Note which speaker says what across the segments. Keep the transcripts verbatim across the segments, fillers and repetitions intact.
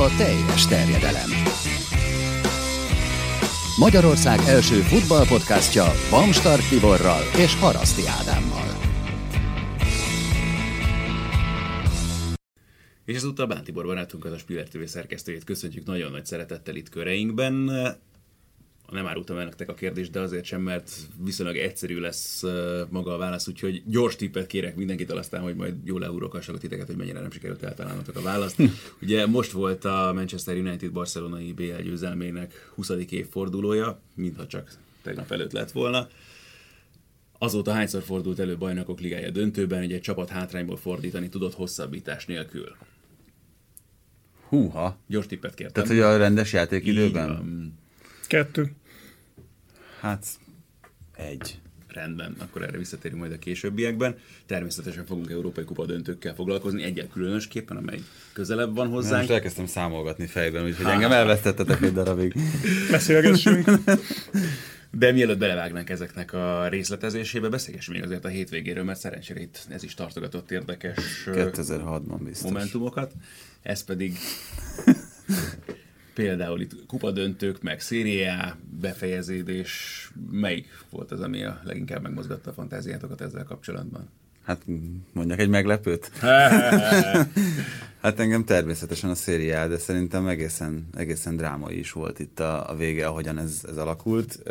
Speaker 1: a teljes terjedelem. Magyarország első futballpodcastja Bamstart Tiborral és Haraszti Ádámmal.
Speaker 2: És ezúttal Bán Tibor barátunkat, a Spiller té vé szerkesztőjét köszöntjük nagyon nagy szeretettel itt köreinkben. Nem árultam el nektek a kérdést, de azért sem, mert viszonylag egyszerű lesz maga a válasz, úgyhogy gyors tippet kérek mindenkitől, aztán, hogy majd jól leúrokassak a titeket, hogy mennyire nem sikerült eltalálnotok a választ. Ugye most volt a Manchester United barcelonai bé el győzelmének huszadik évfordulója, mintha csak tegnap előtt lett volna. Azóta hányszor fordult elő Bajnokok Ligája döntőben, hogy egy csapat hátrányból fordítani tudott hosszabbítás nélkül?
Speaker 3: Húha.
Speaker 2: Gyors tippet kértem.
Speaker 3: Tehát, hogy a rendes játékidőben?
Speaker 4: Kettő.
Speaker 3: Hát, egy.
Speaker 2: Rendben, akkor erre visszatérünk majd a későbbiekben. Természetesen fogunk Európai Kupa döntőkkel foglalkozni, egyel különösképpen, amely közelebb van hozzánk.
Speaker 3: Most elkezdtem számolgatni fejben, úgyhogy engem elvesztettetek egy darabig.
Speaker 4: Beszélgessünk.
Speaker 2: De mielőtt belevágnánk ezeknek a részletezésébe, beszélgessünk még azért a hétvégéről, mert szerencsére itt ez is tartogatott érdekes
Speaker 3: kétezer-hatban biztos.
Speaker 2: Momentumokat. Ez pedig például itt kupadöntők, meg Serie A befejeződés. Melyik volt az, ami a leginkább megmozgatta a fantáziátokat ezzel kapcsolatban?
Speaker 3: Hát mondjak egy meglepőt? Hát engem természetesen a Serie A, de szerintem egészen, egészen drámai is volt itt a, a vége, ahogyan ez, ez alakult.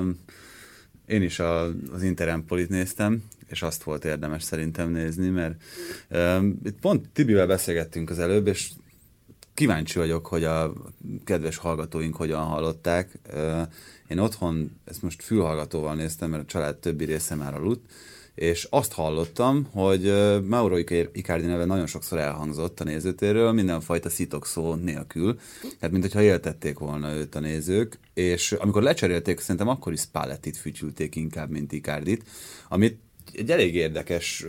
Speaker 3: Én is a, az Inter Empolit néztem, és azt volt érdemes szerintem nézni, mert itt pont Tibivel beszélgettünk az előbb, és kíváncsi vagyok, hogy a kedves hallgatóink hogyan hallották. Én otthon ezt most fülhallgatóval néztem, mert a család többi része már aludt, és azt hallottam, hogy Mauro Icardi neve nagyon sokszor elhangzott a nézőtérről, mindenfajta szitokszó nélkül, tehát mintha éltették volna őt a nézők, és amikor lecserélték, szerintem akkor is Spallettit fütyülték inkább, mint Icardit, amit egy elég érdekes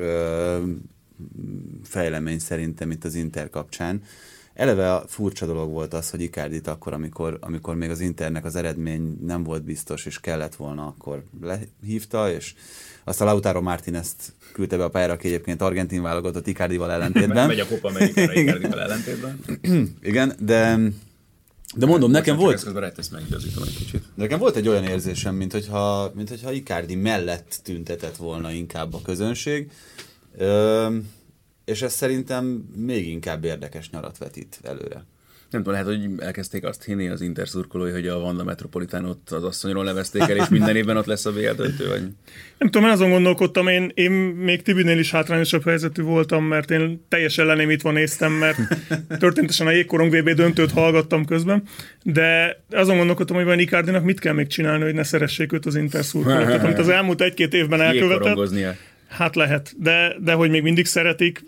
Speaker 3: fejlemény szerintem itt az Inter kapcsán. Eleve a furcsa dolog volt az, hogy Icardit akkor, amikor, amikor még az Internek az eredmény nem volt biztos, és kellett volna, akkor lehívta, és azt a Lautaro Martínez küldte be a pályára, aki egyébként argentin válogatott Icardival ellentétben.
Speaker 2: Megy a Copa Amerikára Icardival ellentétben.
Speaker 3: Igen, de, de mondom, nekem volt...
Speaker 2: Ezt közben rejtesz megigazítom egy kicsit.
Speaker 3: Nekem volt egy olyan érzésem, mint hogyha, mint hogyha Icardi mellett tüntetett volna inkább a közönség. Ö, és ez szerintem még inkább érdekes nyarat vetít előre.
Speaker 2: Nem tudom, lehet, hogy elkezdték azt hinni az Inter szurkolói, hogy a Wanda Metropolitanot az asszonyról nevezték el, és minden évben ott lesz a bé el döntő, vagy?
Speaker 4: Nem tudom, én azon gondolkodtam, én, én még Tibinél is hátrányosabb helyzetű voltam, mert én teljes ellenémítva néztem, mert történetesen a jégkorong vé bé döntőt hallgattam közben, de azon gondolkodtam, hogy van Icardinak mit kell még csinálni, hogy ne szeressék őt az Inter szurkolók. Tehát amit az elmúlt egy-két évben elkövetett, hát lehet, de, de hogy még mindig szeretik.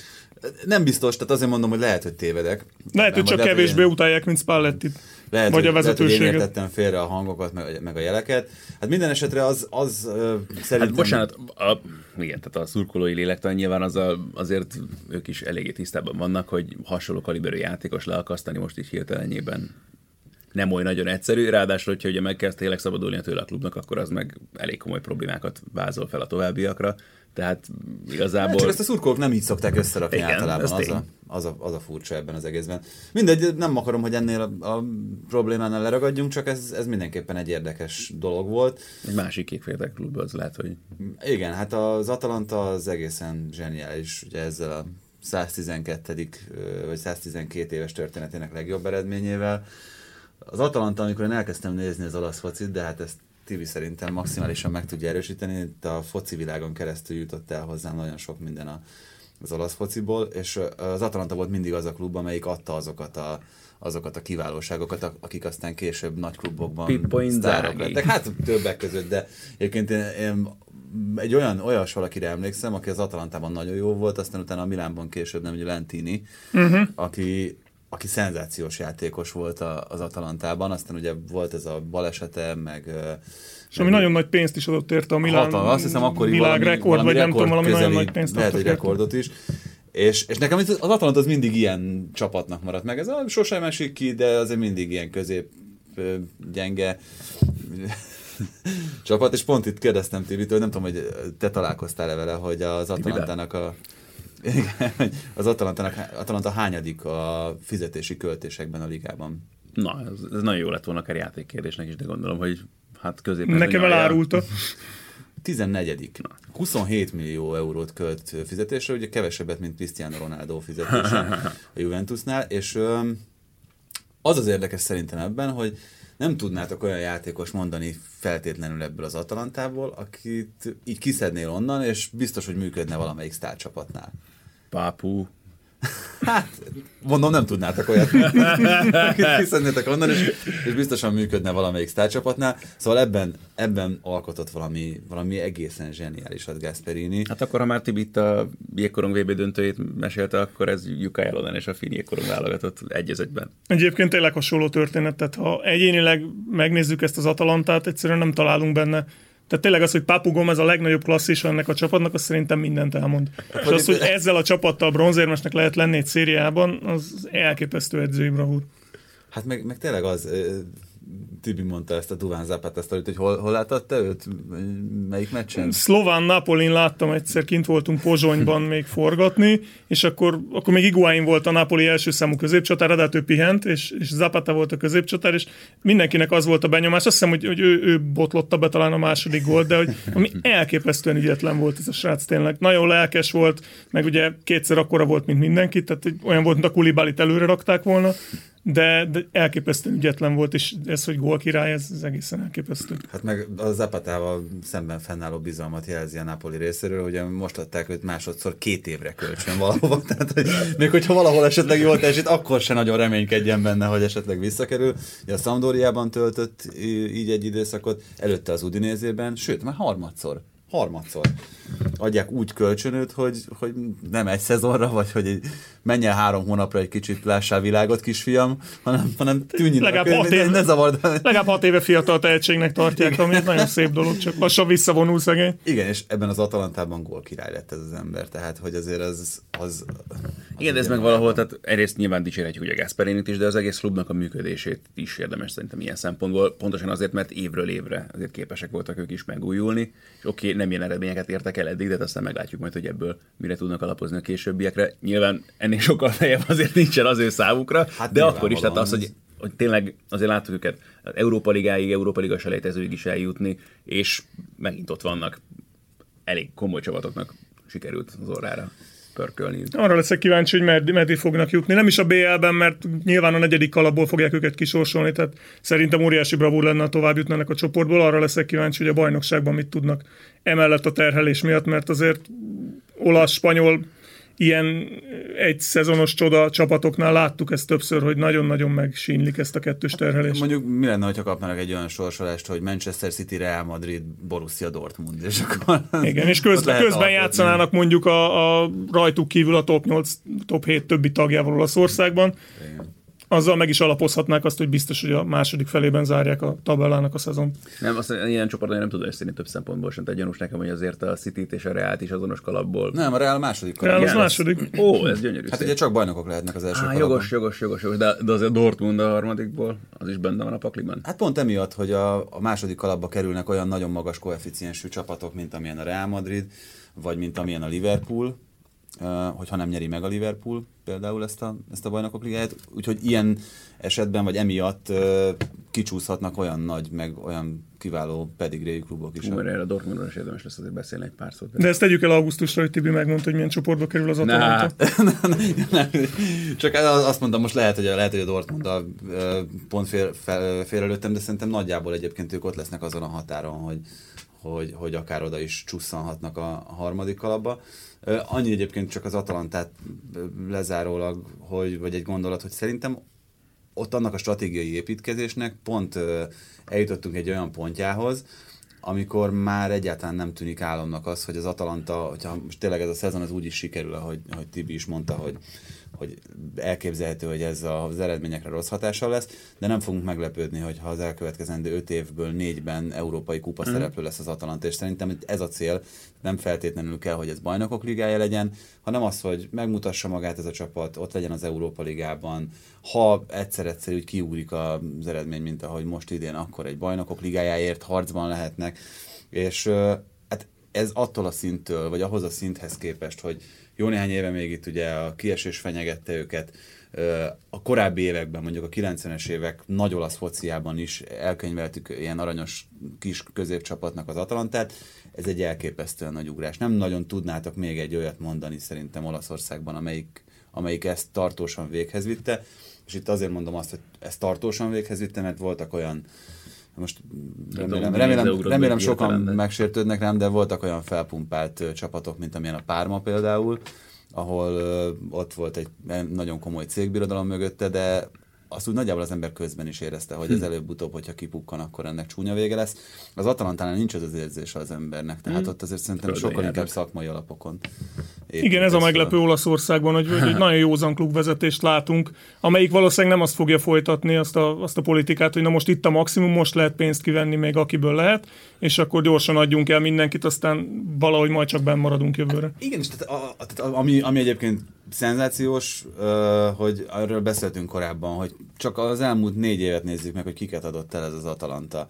Speaker 3: Nem biztos, tehát azért mondom, hogy lehet, hogy tévedek.
Speaker 4: Lehet, hogy csak kevésbé én... utálják, mint Spallettit.
Speaker 3: Lehet,
Speaker 4: vagy
Speaker 3: hogy,
Speaker 4: a vezetőséget.
Speaker 3: Lehet, hogy én értettem félre a hangokat, meg, meg a jeleket. Hát minden esetre az, az uh, szerintem...
Speaker 2: Hát bocsánat, a, igen, tehát a szurkolói lélektan nyilván az a, azért ők is eléggé tisztában vannak, hogy hasonló kaliberű játékos leakasztani most is hirtelenjében nem olyan nagyon egyszerű, ráadásul, hogyha ugye megkezd tényleg szabadulni tőle a klubnak, akkor az meg elég komoly problémákat vázol fel a továbbiakra. Tehát igazából...
Speaker 3: Csak ezt a szurkolók nem így szokták összerakni. Igen, általában, az a, az, a, az a furcsa ebben az egészben. Mindegy, nem akarom, hogy ennél a, a problémánál leragadjunk, csak ez, ez mindenképpen egy érdekes dolog volt.
Speaker 2: Egy másik kékfekete klub, az lehet, hogy...
Speaker 3: Igen, hát az Atalanta az egészen zseniális, ugye ezzel a száztizenkettedik vagy száztizenkét éves történetének legjobb eredményével. Az Atalanta, amikor én elkezdtem nézni az olasz focit, de hát ezt Tibi szerintem maximálisan meg tudja erősíteni, itt a foci világon keresztül jutott el hozzám nagyon sok minden a, az olasz fociból, és az Atalanta volt mindig az a klub, amelyik adta azokat a, azokat a kiválóságokat, akik aztán később nagy klubokban sztárok lettek. Hát többek között, de egyébként én, én egy olyan, olyas valakire emlékszem, aki az Atalantában nagyon jó volt, aztán utána a Milánban később, nem, ugye Lentini, uh-huh. aki aki szenzációs játékos volt az Atalantában, aztán ugye volt ez a balesete, meg...
Speaker 4: És ami meg nagyon nagy pénzt is adott érte a Milán,
Speaker 3: hatalma, azt hiszem, akkor
Speaker 4: világrekord, vagy nem tudom, valami nagyon nagy pénzt
Speaker 3: lehet, hogy rekordot is. És, és nekem az Atalanta az mindig ilyen csapatnak maradt meg. Ez sosem esik ki, de azért mindig ilyen közép gyenge csapat, és pont itt kérdeztem Tibitől, nem tudom, hogy te találkoztál-e vele, hogy az Atalantának a Igen, az Atalantának, Atalanta hányadik a fizetési költésekben a ligában?
Speaker 2: Na, ez, ez nagyon jó lett volna akár játékkérdésnek is, de gondolom, hogy hát középen...
Speaker 4: Nekem elárulta.
Speaker 3: tizennegyedik huszonhét millió eurót költ fizetésre, ugye kevesebbet, mint Cristiano Ronaldo fizetése a Juventusnál, és az az érdekes szerintem ebben, hogy nem tudnátok olyan játékos mondani feltétlenül ebből az Atalantából, akit így kiszednél onnan, és biztos, hogy működne valamelyik sztárcsapatnál.
Speaker 2: Pápú.
Speaker 3: Hát, mondom, nem tudnátok olyat, akit kiszednétek onnan, és, és biztosan működne valamelyik sztárcsapatnál. Szóval ebben, ebben alkotott valami, valami egészen zseniálisat Gasperini.
Speaker 2: Hát akkor, ha már Tibi itt a jégkorong vé bé döntőjét mesélte, akkor ez Jukka Jalonen és a finn jégkorong válogatott egy az egyben.
Speaker 4: Egyébként tényleg hasonló történet, tehát ha egyénileg megnézzük ezt az Atalantát, egyszerűen nem találunk benne. Tehát tényleg az, hogy Papu Gomez a legnagyobb klasszis ennek a csapatnak, az szerintem mindent elmond. És az, hogy ezzel a csapattal bronzérmesnek lehet lenni egy szériában, az elképesztő edzői bravúr.
Speaker 3: Hát meg, meg tényleg az, Tibi mondta ezt a Duván Zapata sztorit, hogy hol, hol láttad te őt? Melyik meccsen?
Speaker 4: Szlován Napolin láttam egyszer, kint voltunk Pozsonyban még forgatni, és akkor, akkor még Higuaín volt a Napoli első számú középcsatára, de hát ő pihent, és, és Zapata volt a középcsatár, és mindenkinek az volt a benyomás, azt hiszem, hogy, hogy ő, ő botlotta be talán a második gólt, de hogy ami elképesztően ügyetlen volt ez a srác tényleg. Nagyon lelkes volt, meg ugye kétszer akkora volt, mint mindenki, tehát olyan volt, mint a Koulibalyt előre rakták volna, De, de elképesztően ügyetlen volt, és ez, hogy gólkirály, ez, ez egészen elképesztő.
Speaker 3: Hát meg a Zapatával szemben fennálló bizalmat jelzi a Napoli részéről, ugye most adták őt másodszor két évre kölcsön valahova, tehát hogy még hogyha valahol esetleg jól teljesít, akkor se nagyon reménykedjen benne, hogy esetleg visszakerül. Ugye a Sampdoriában töltött így egy időszakot, előtte az Udinézében, sőt, már harmadszor. Harmadszor adják úgy kölcsönöt, hogy, hogy nem egy szezonra, vagy hogy egy, menj el három hónapra egy kicsit, lássál világot, kisfiam, hanem, hanem tűnjön.
Speaker 4: Legalább hat, éve, ne zavard. legalább hat éve fiatal tehetségnek tartják, igen. Ami nagyon szép dolog, csak lassan visszavonul szegény.
Speaker 3: Igen, és ebben az Atalantában gólkirály lett ez az ember, tehát hogy azért az... az, az
Speaker 2: igen, de ez meg valahol, tehát egyrészt nyilván dicsérhetjük ugye Gasperinit is, de az egész klubnak a működését is érdemes szerintem ilyen szempontból, pontosan azért, mert évről évre azért képesek voltak ők is megújulni, és oké, nem ilyen eredményeket értek el eddig, de aztán meglátjuk majd, hogy ebből mire tudnak alapozni a későbbiekre. Nyilván ennél sokkal feljebb azért nincsen az ő számukra, hát de akkor is, tehát az, hogy, hogy tényleg azért láttuk őket az Európa Ligáig, Európa Liga selejtezőig is eljutni, és megint ott vannak, elég komoly csapatoknak sikerült az orrára pörkölni.
Speaker 4: Arra leszek kíváncsi, hogy meddig, meddig fognak jutni. Nem is a bé el-ben, mert nyilván a negyedik kalapból fogják őket kisorsolni, tehát szerintem óriási bravúr lenne, ha tovább jutnának a csoportból. Arra leszek kíváncsi, hogy a bajnokságban mit tudnak emellett a terhelés miatt, mert azért olasz, spanyol, ilyen egy szezonos csoda csapatoknál láttuk ezt többször, hogy nagyon-nagyon megsínlik ezt a kettős terhelést.
Speaker 3: Mondjuk mi lenne, ha kapnának egy olyan sorsolást, hogy Manchester City, Real Madrid, Borussia Dortmund, és akkor...
Speaker 4: Igen, és közben, közben játszanának mondjuk a, a rajtuk kívül a top nyolc, top hét többi tagjával Olaszországban. Igen. Azzal meg is alapozhatnák azt, hogy biztos, hogy a második felében zárják a tabellának a szezon.
Speaker 2: Nem, azt ilyen csoportban nem tudom összeírni több szempontból sem. Tehát gyanús nekem, hogy azért a City-t és a Reált is azonos kalapból.
Speaker 3: Nem, a Real második
Speaker 4: kalapból. Real az második.
Speaker 2: Ó, ez gyönyörű.
Speaker 3: Hát ugye csak bajnokok lehetnek az első
Speaker 2: Á,
Speaker 3: kalapban.
Speaker 2: Jogos, jogos, jogos, jogos, de, de azért Dortmund a harmadikból, az is benne van a pakliban.
Speaker 3: Hát pont emiatt, hogy a, a második kalapba kerülnek olyan nagyon magas koeficiensű csapatok, mint amilyen a Real Madrid, vagy mint amilyen a Liverpool, Uh, hogyha nem nyeri meg a Liverpool például ezt a, ezt a bajnokok ligáját. Úgyhogy ilyen esetben, vagy emiatt uh, kicsúszhatnak olyan nagy, meg olyan kiváló pedigréjű klubok is.
Speaker 2: Úr, erre a Dortmundról is érdemes lesz azért beszélni egy pár szót.
Speaker 4: De ezt tegyük el augusztusra, hogy Tibi megmondta, hogy milyen csoportba kerül az Atalanta.
Speaker 3: Csak azt mondtam, most lehet, hogy a, lehet, hogy a Dortmund a, pont fél, fél, fél előttem, de szerintem nagyjából egyébként ők ott lesznek azon a határon, hogy, hogy, hogy akár oda is csusszanhatnak a, a harmadik kalapba. Annyi egyébként csak az Atalantát lezárólag, hogy, vagy egy gondolat, hogy szerintem ott annak a stratégiai építkezésnek pont eljutottunk egy olyan pontjához, amikor már egyáltalán nem tűnik álomnak az, hogy az Atalanta, hogyha most tényleg ez a szezon az úgy is sikerül, ahogy, ahogy Tibi is mondta, hogy, hogy elképzelhető, hogy ez az eredményekre rossz hatással lesz, de nem fogunk meglepődni, hogyha az elkövetkezendő öt évből négyben európai kupa mm. szereplő lesz az Atalanta, és szerintem ez a cél, nem feltétlenül kell, hogy ez bajnokok ligája legyen, hanem az, hogy megmutassa magát ez a csapat, ott legyen az Európa ligában, ha egyszer-egyszer úgy kiugrik az eredmény, mint ahogy most idén, akkor egy bajnokok ligájáért harcban lehetnek, és hát ez attól a szinttől, vagy ahhoz a szinthez képest, hogy jó néhány éve még itt ugye a kiesés fenyegette őket, a korábbi években, mondjuk a kilencvenes évek nagy olasz fociában is elkönyveltük ilyen aranyos kis középcsapatnak az Atalantát, ez egy elképesztően nagy ugrás. Nem nagyon tudnátok még egy olyat mondani szerintem Olaszországban, amelyik, amelyik ezt tartósan véghez vitte, és itt azért mondom azt, hogy ezt tartósan véghez vitte, mert voltak olyan, most remélem, remélem, remélem sokan megsértődnek rám, de voltak olyan felpumpált csapatok, mint amilyen a Parma például, ahol uh, ott volt egy nagyon komoly cégbirodalom mögötte, de azt úgy nagyjából az ember közben is érezte, hogy ez előbb-utóbb, hogyha kipukkan, akkor ennek csúnya vége lesz. Az Atalantánál nincs az az érzése az embernek, tehát hmm. ott azért szerintem Földön sokkal inkább szakmai alapokon.
Speaker 4: Igen, ez a meglepő fel. Olaszországban, hogy, hogy egy nagyon józan klubvezetést látunk, amelyik valószínűleg nem azt fogja folytatni, azt a, azt a politikát, hogy na most itt a maximum, most lehet pénzt kivenni még akiből lehet, és akkor gyorsan adjunk el mindenkit, aztán valahogy majd csak benn maradunk jövőre.
Speaker 3: Igen, és tehát a, a, tehát ami, ami egyébként szenzációs, uh, hogy arról beszéltünk korábban, hogy csak az elmúlt négy évet nézzük meg, hogy kiket adott el ez az Atalanta.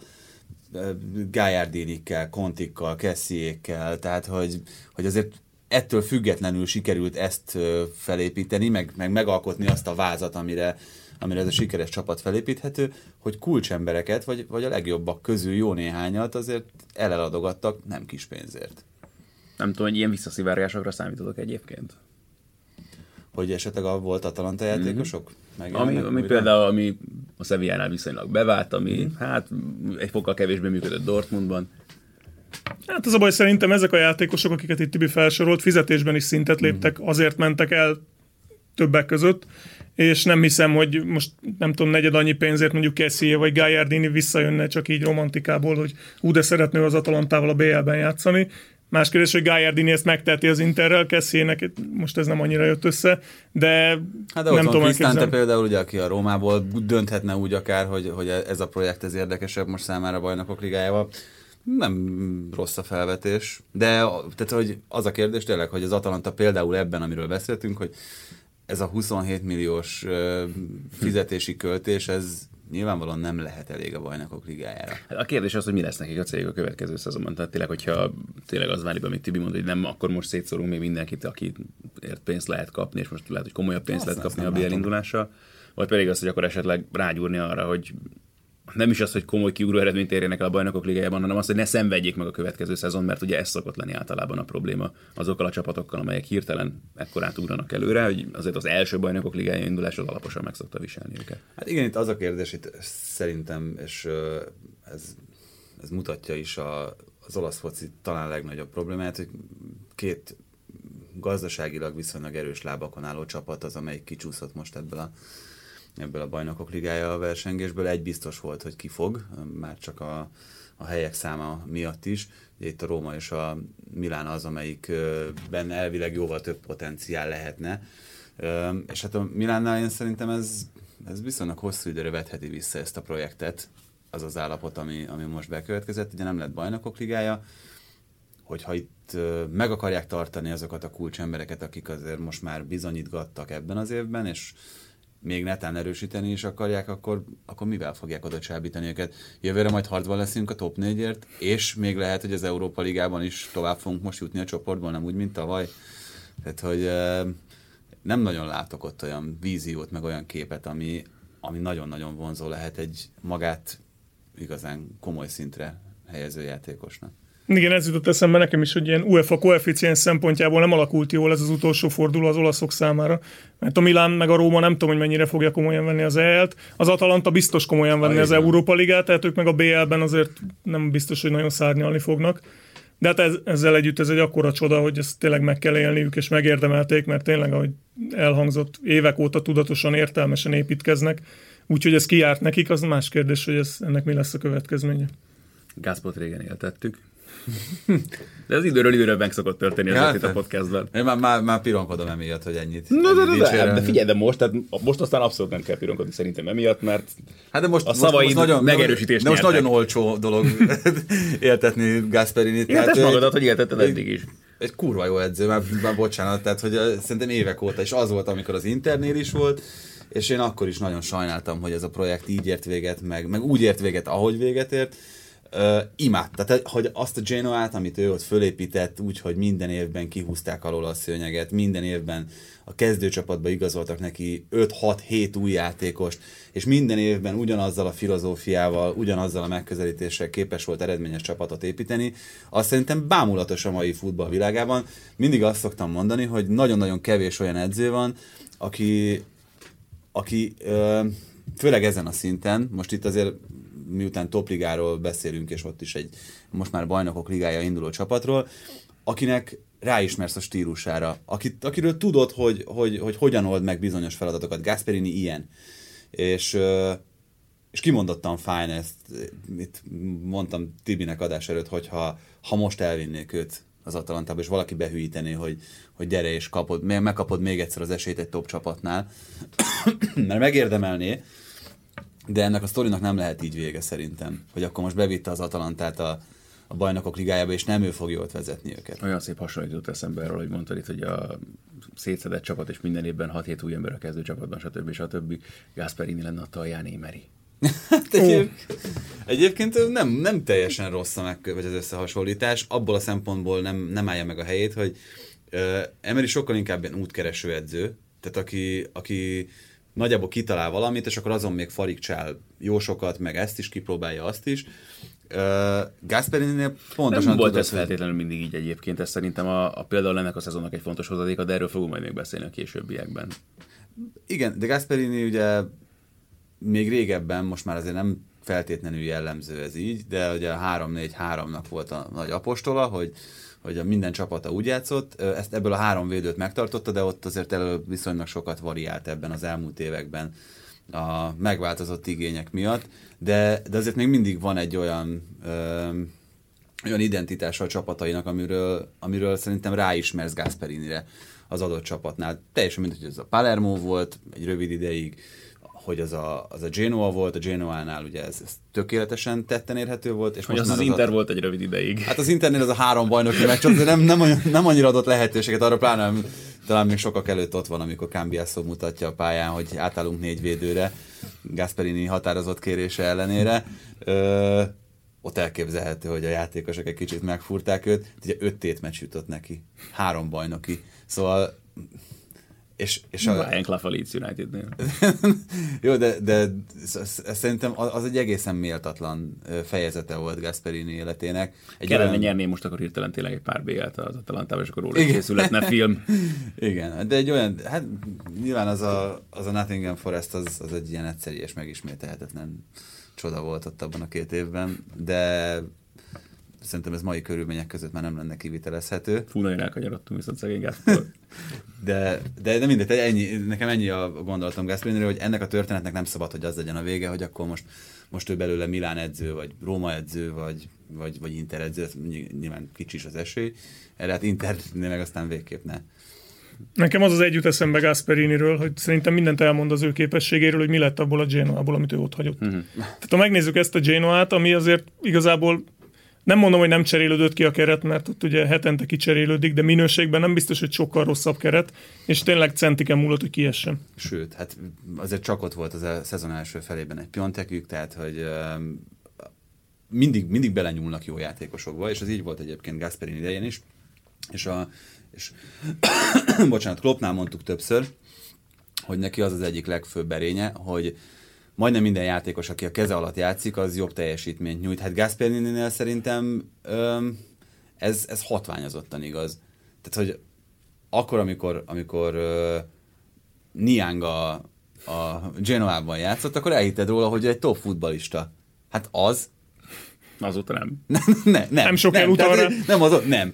Speaker 3: Gagliardinikkel, Contikkal, Kessiékkel, tehát hogy, hogy azért ettől függetlenül sikerült ezt felépíteni, meg, meg megalkotni azt a vázat, amire, amire ez a sikeres csapat felépíthető, hogy kulcsembereket, vagy, vagy a legjobbak közül jó néhányat azért eleladogattak nem kis pénzért.
Speaker 2: Nem tudom, hogy ilyen visszaszivárgásokra számítotok egyébként?
Speaker 3: Hogy esetleg a volt Atalanta játékosok?
Speaker 2: Mm-hmm. Ami, ami például ami a Sevillánál viszonylag bevált, ami mm-hmm. hát egy fokkal kevésbé működött Dortmundban.
Speaker 4: Hát az a baj, szerintem ezek a játékosok, akiket itt Tibi felsorolt, fizetésben is szintet léptek, mm-hmm. azért mentek el többek között, és nem hiszem, hogy most nem tudom, negyed annyi pénzért mondjuk Kessie vagy Gagliardini visszajönne csak így romantikából, hogy hú, de szeretnő az Atalantával a bé el-ben játszani. Más kérdés, hogy Gagliardini ezt megteheti az Interrel, Kessiének most ez nem annyira jött össze, de,
Speaker 3: hát de nem tudom elképzelni. Például, ugye, aki a Rómából dönthetne úgy akár, hogy, hogy ez a projekt ez érdekesebb most számára a Bajnokok Ligájával. Nem rossz a felvetés, de tehát, hogy az a kérdés tényleg, hogy az Atalanta például ebben, amiről beszéltünk, hogy ez a huszonhét milliós fizetési költés, ez nyilvánvalóan nem lehet elég a Bajnokok Ligájára.
Speaker 2: A kérdés az, hogy mi lesz nekik a cég a következő szezonban. Tehát tényleg, hogyha tényleg az válik, amit Tibi mond, hogy nem, akkor most szétszórunk még mindenkit, akitért pénzt lehet kapni, és most lehet, hogy komolyabb pénzt azt lehet kapni a bé el indulással. Vagy pedig az, hogy akkor esetleg rágyúrni arra, hogy nem is az, hogy komoly kiugró eredményt érjenek el a Bajnokok Ligájában, hanem az, hogy ne szenvedjék meg a következő szezon, mert ugye ez szokott lenni általában a probléma azokkal a csapatokkal, amelyek hirtelen ekkorát ugranak előre, hogy azért az első Bajnokok Ligája indulás az alaposan meg szokta viselni őket.
Speaker 3: Hát igen, itt az a kérdés, itt szerintem, és ez, ez mutatja is a, az olasz foci talán legnagyobb problémát, hogy két gazdaságilag viszonylag erős lábakon álló csapat az, amelyik kicsúszott most ebből a ebből a Bajnokok Ligája a versengésből. Egy biztos volt, hogy ki fog, már csak a, a helyek száma miatt is. Ugye itt a Róma és a Milán az, amelyikben elvileg jóval több potenciál lehetne. És hát a Milánnál én szerintem ez, ez viszonylag hosszú időre vetheti vissza ezt a projektet, az az állapot, ami, ami most bekövetkezett. Ugye nem lett Bajnokok Ligája, hogyha itt meg akarják tartani azokat a kulcsembereket, akik azért most már bizonyítgattak ebben az évben, és még netán erősíteni is akarják, akkor, akkor mivel fogják oda csábítani őket? Jövőre majd harcban leszünk a top négyért, és még lehet, hogy az Európa Ligában is tovább fogunk most jutni a csoportból, nem úgy, mint tavaly. Tehát, hogy nem nagyon látok ott olyan víziót, meg olyan képet, ami, ami nagyon-nagyon vonzó lehet egy magát igazán komoly szintre helyező játékosnak.
Speaker 4: Igen, ez jutott eszembe nekem is, hogy ilyen u ef á koeficiens szempontjából nem alakult jól ez az utolsó forduló az olaszok számára. Mert a Milán meg a Róma nem tudom, hogy mennyire fogja komolyan venni az é el-t. Az Atalanta biztos komolyan venni ah, az Európa Ligát, tehát ők meg a bé el-ben azért nem biztos, hogy nagyon szárnyalni fognak. De hát ez, ezzel együtt ez egy akkora csoda, hogy ezt tényleg meg kell élniük, és megérdemelték, mert tényleg, ahogy elhangzott, évek óta tudatosan, értelmesen építkeznek. Úgyhogy ez kijárt nekik, az más kérdés, hogy ez, ennek mi lesz a következménye.
Speaker 2: Gáspot régen éltettük. De az időről időről meg szokott történni
Speaker 3: ja,
Speaker 2: az itt a podcastban.
Speaker 3: Én már, már, már pironkodom emiatt, hogy ennyit.
Speaker 2: No, de, de, de, de figyelj, de most, tehát most aztán abszolút nem kell pironkodni szerintem emiatt, mert
Speaker 3: hát de most,
Speaker 2: a szavaid nagyon, megerősítést
Speaker 3: de most nagyon olcsó dolog éltetni Gasperinit.
Speaker 2: Éltes magadat, hogy éltetted eddig is.
Speaker 3: Egy kurva jó edző, már, már bocsánat, tehát hogy szerintem évek óta, és az volt, amikor az Internél is volt, és én akkor is nagyon sajnáltam, hogy ez a projekt így ért véget, meg, meg úgy ért véget, ahogy véget ért. Uh, imádta, tehát hogy azt a Genoát, amit ő ott fölépített, úgy, hogy minden évben kihúzták alól a szőnyeget, minden évben a kezdőcsapatba igazoltak neki öt hat hét új játékost, és minden évben ugyanazzal a filozófiával, ugyanazzal a megközelítéssel képes volt eredményes csapatot építeni, azt szerintem bámulatos a mai futball világában. Mindig azt szoktam mondani, hogy nagyon-nagyon kevés olyan edző van, aki, aki uh, főleg ezen a szinten, most itt azért miután topligáról beszélünk, és ott is egy most már bajnokok ligája induló csapatról, akinek ráismersz a stílusára, akit, akiről tudod, hogy, hogy, hogy hogyan old meg bizonyos feladatokat. Gasperini ilyen. És, és kimondottan fájna, ezt itt mondtam Tibinek adás előtt, hogy ha, ha most elvinnék őt az Atalantába, és valaki behűítené, hogy, hogy gyere és kapod, megkapod még egyszer az esélyt egy top csapatnál, mert megérdemelné, de ennek a sztorinak nem lehet így vége szerintem, hogy akkor most bevitte az Atalantát a, a bajnokok ligájába, és nem ő fogja ott vezetni őket.
Speaker 2: Olyan szép hasonlított eszembe erről, hogy mondtad itt, hogy a szétszedett csapat, és minden évben hat hét új ember a kezdő csapatban, stb. stb. Gasperini lenne a Talján Émeri.
Speaker 3: Hát egyéb, egyébként nem, nem teljesen rossz a meg, vagy az összehasonlítás, abból a szempontból nem, nem állja meg a helyét, hogy uh, Emery sokkal inkább ilyen útkereső edző, tehát aki, aki nagyjából kitalál valamit, és akkor azon még farigcsál jó sokat, meg ezt is kipróbálja, azt is. Uh, Gasperininél pontosan
Speaker 2: nem volt
Speaker 3: tudod,
Speaker 2: ez feltétlenül mindig így egyébként, ez szerintem a, a például ennek a szezonnak egy fontos hozadéka, de erről fogunk majd még beszélni a későbbiekben. Igen,
Speaker 3: de Gasperini ugye még régebben, most már azért nem feltétlenül jellemző ez így, de ugye a három négy háromnak volt a nagy apostola, hogy hogy a minden csapata úgy játszott, ezt ebből a három védőt megtartotta, de ott azért elő viszonylag sokat variált ebben az elmúlt években a megváltozott igények miatt, de, de azért még mindig van egy olyan, ö, olyan identitása a csapatainak, amiről, amiről szerintem ráismersz Gasperinire az adott csapatnál. Teljesen mindegy, hogy ez a Palermo volt egy rövid ideig, hogy az a, az a Genoa volt, a Genoánál ugye ez, ez tökéletesen tetten érhető volt. És
Speaker 2: hogy
Speaker 3: most
Speaker 2: az az,
Speaker 3: az
Speaker 2: Inter
Speaker 3: a...
Speaker 2: volt egy rövid ideig.
Speaker 3: Hát az Internél az a három bajnoki meccs, de nem, nem, nem annyira adott lehetőséget, arra pláne talán még sokak előtt ott van, amikor Cambiasso mutatja a pályán, hogy átállunk négy védőre, Gasperini határozott kérése ellenére. Ö, ott elképzelhető, hogy a játékosok egy kicsit megfúrták őt. Ugye öt tétmeccs jutott neki, három bajnoki. Szóval És, és
Speaker 2: a Ryan Clough a Leeds Unitednél.
Speaker 3: Jó, de, de szerintem az egy egészen méltatlan fejezete volt Gasperini életének. Egy
Speaker 2: Kellene
Speaker 3: olyan...
Speaker 2: nyerni most akkor hirtelen tényleg egy pár bé el-t az Atalantával, és akkor róla készületne film.
Speaker 3: Igen, de egy olyan, hát nyilván az a, az a Nottingham Forest az, az egy ilyen egyszerű és megismételhetetlen csoda volt ott abban a két évben, de szerintem ez mai körülmények között már nem lenne kivitelezhető.
Speaker 2: Fú, nagyon elkanyarodtunk viszont szegény Gászpor.
Speaker 3: De, de, de mindegy, ennyi, nekem ennyi a gondolatom Gasperiniről, hogy ennek a történetnek nem szabad, hogy az legyen a vége, hogy akkor most, most ő belőle Milán edző, vagy Róma edző, vagy, vagy, vagy Inter edző, ez nyilván kicsi is az esély, erre hát Internél meg aztán végképp ne.
Speaker 4: Nekem az az egy jut eszembe Gasperiniről, hogy szerintem mindent elmond az ő képességéről, hogy mi lett abból a Genoából, amit ő ott hagyott. Uh-huh. Tehát ha megnézzük ezt a Genoát, ami azért igazából nem mondom, hogy nem cserélődött ki a keret, mert ott ugye hetente kicserélődik, de minőségben nem biztos, hogy sokkal rosszabb keret, és tényleg centiken múlott, hogy kiessen.
Speaker 3: Sőt, hát azért csak ott volt az a szezon első felében egy Piontekük, tehát hogy um, mindig, mindig belenyúlnak jó játékosokba, és az így volt egyébként Gasperini idején is, és a és bocsánat, Kloppnál mondtuk többször, hogy neki az az egyik legfőbb erénye, hogy majdnem minden játékos, aki a keze alatt játszik, az jobb teljesítményt nyújt. Hát Gasperininél szerintem öm, ez, ez hatványozottan igaz. Tehát, hogy akkor, amikor, amikor uh, Niang a, a Genoában játszott, akkor elhitted róla, hogy egy top futballista. Hát az...
Speaker 2: Azóta nem.
Speaker 3: ne, ne, nem.
Speaker 4: Nem sok
Speaker 3: nem,
Speaker 4: elutal rá.
Speaker 3: Nem, az, nem.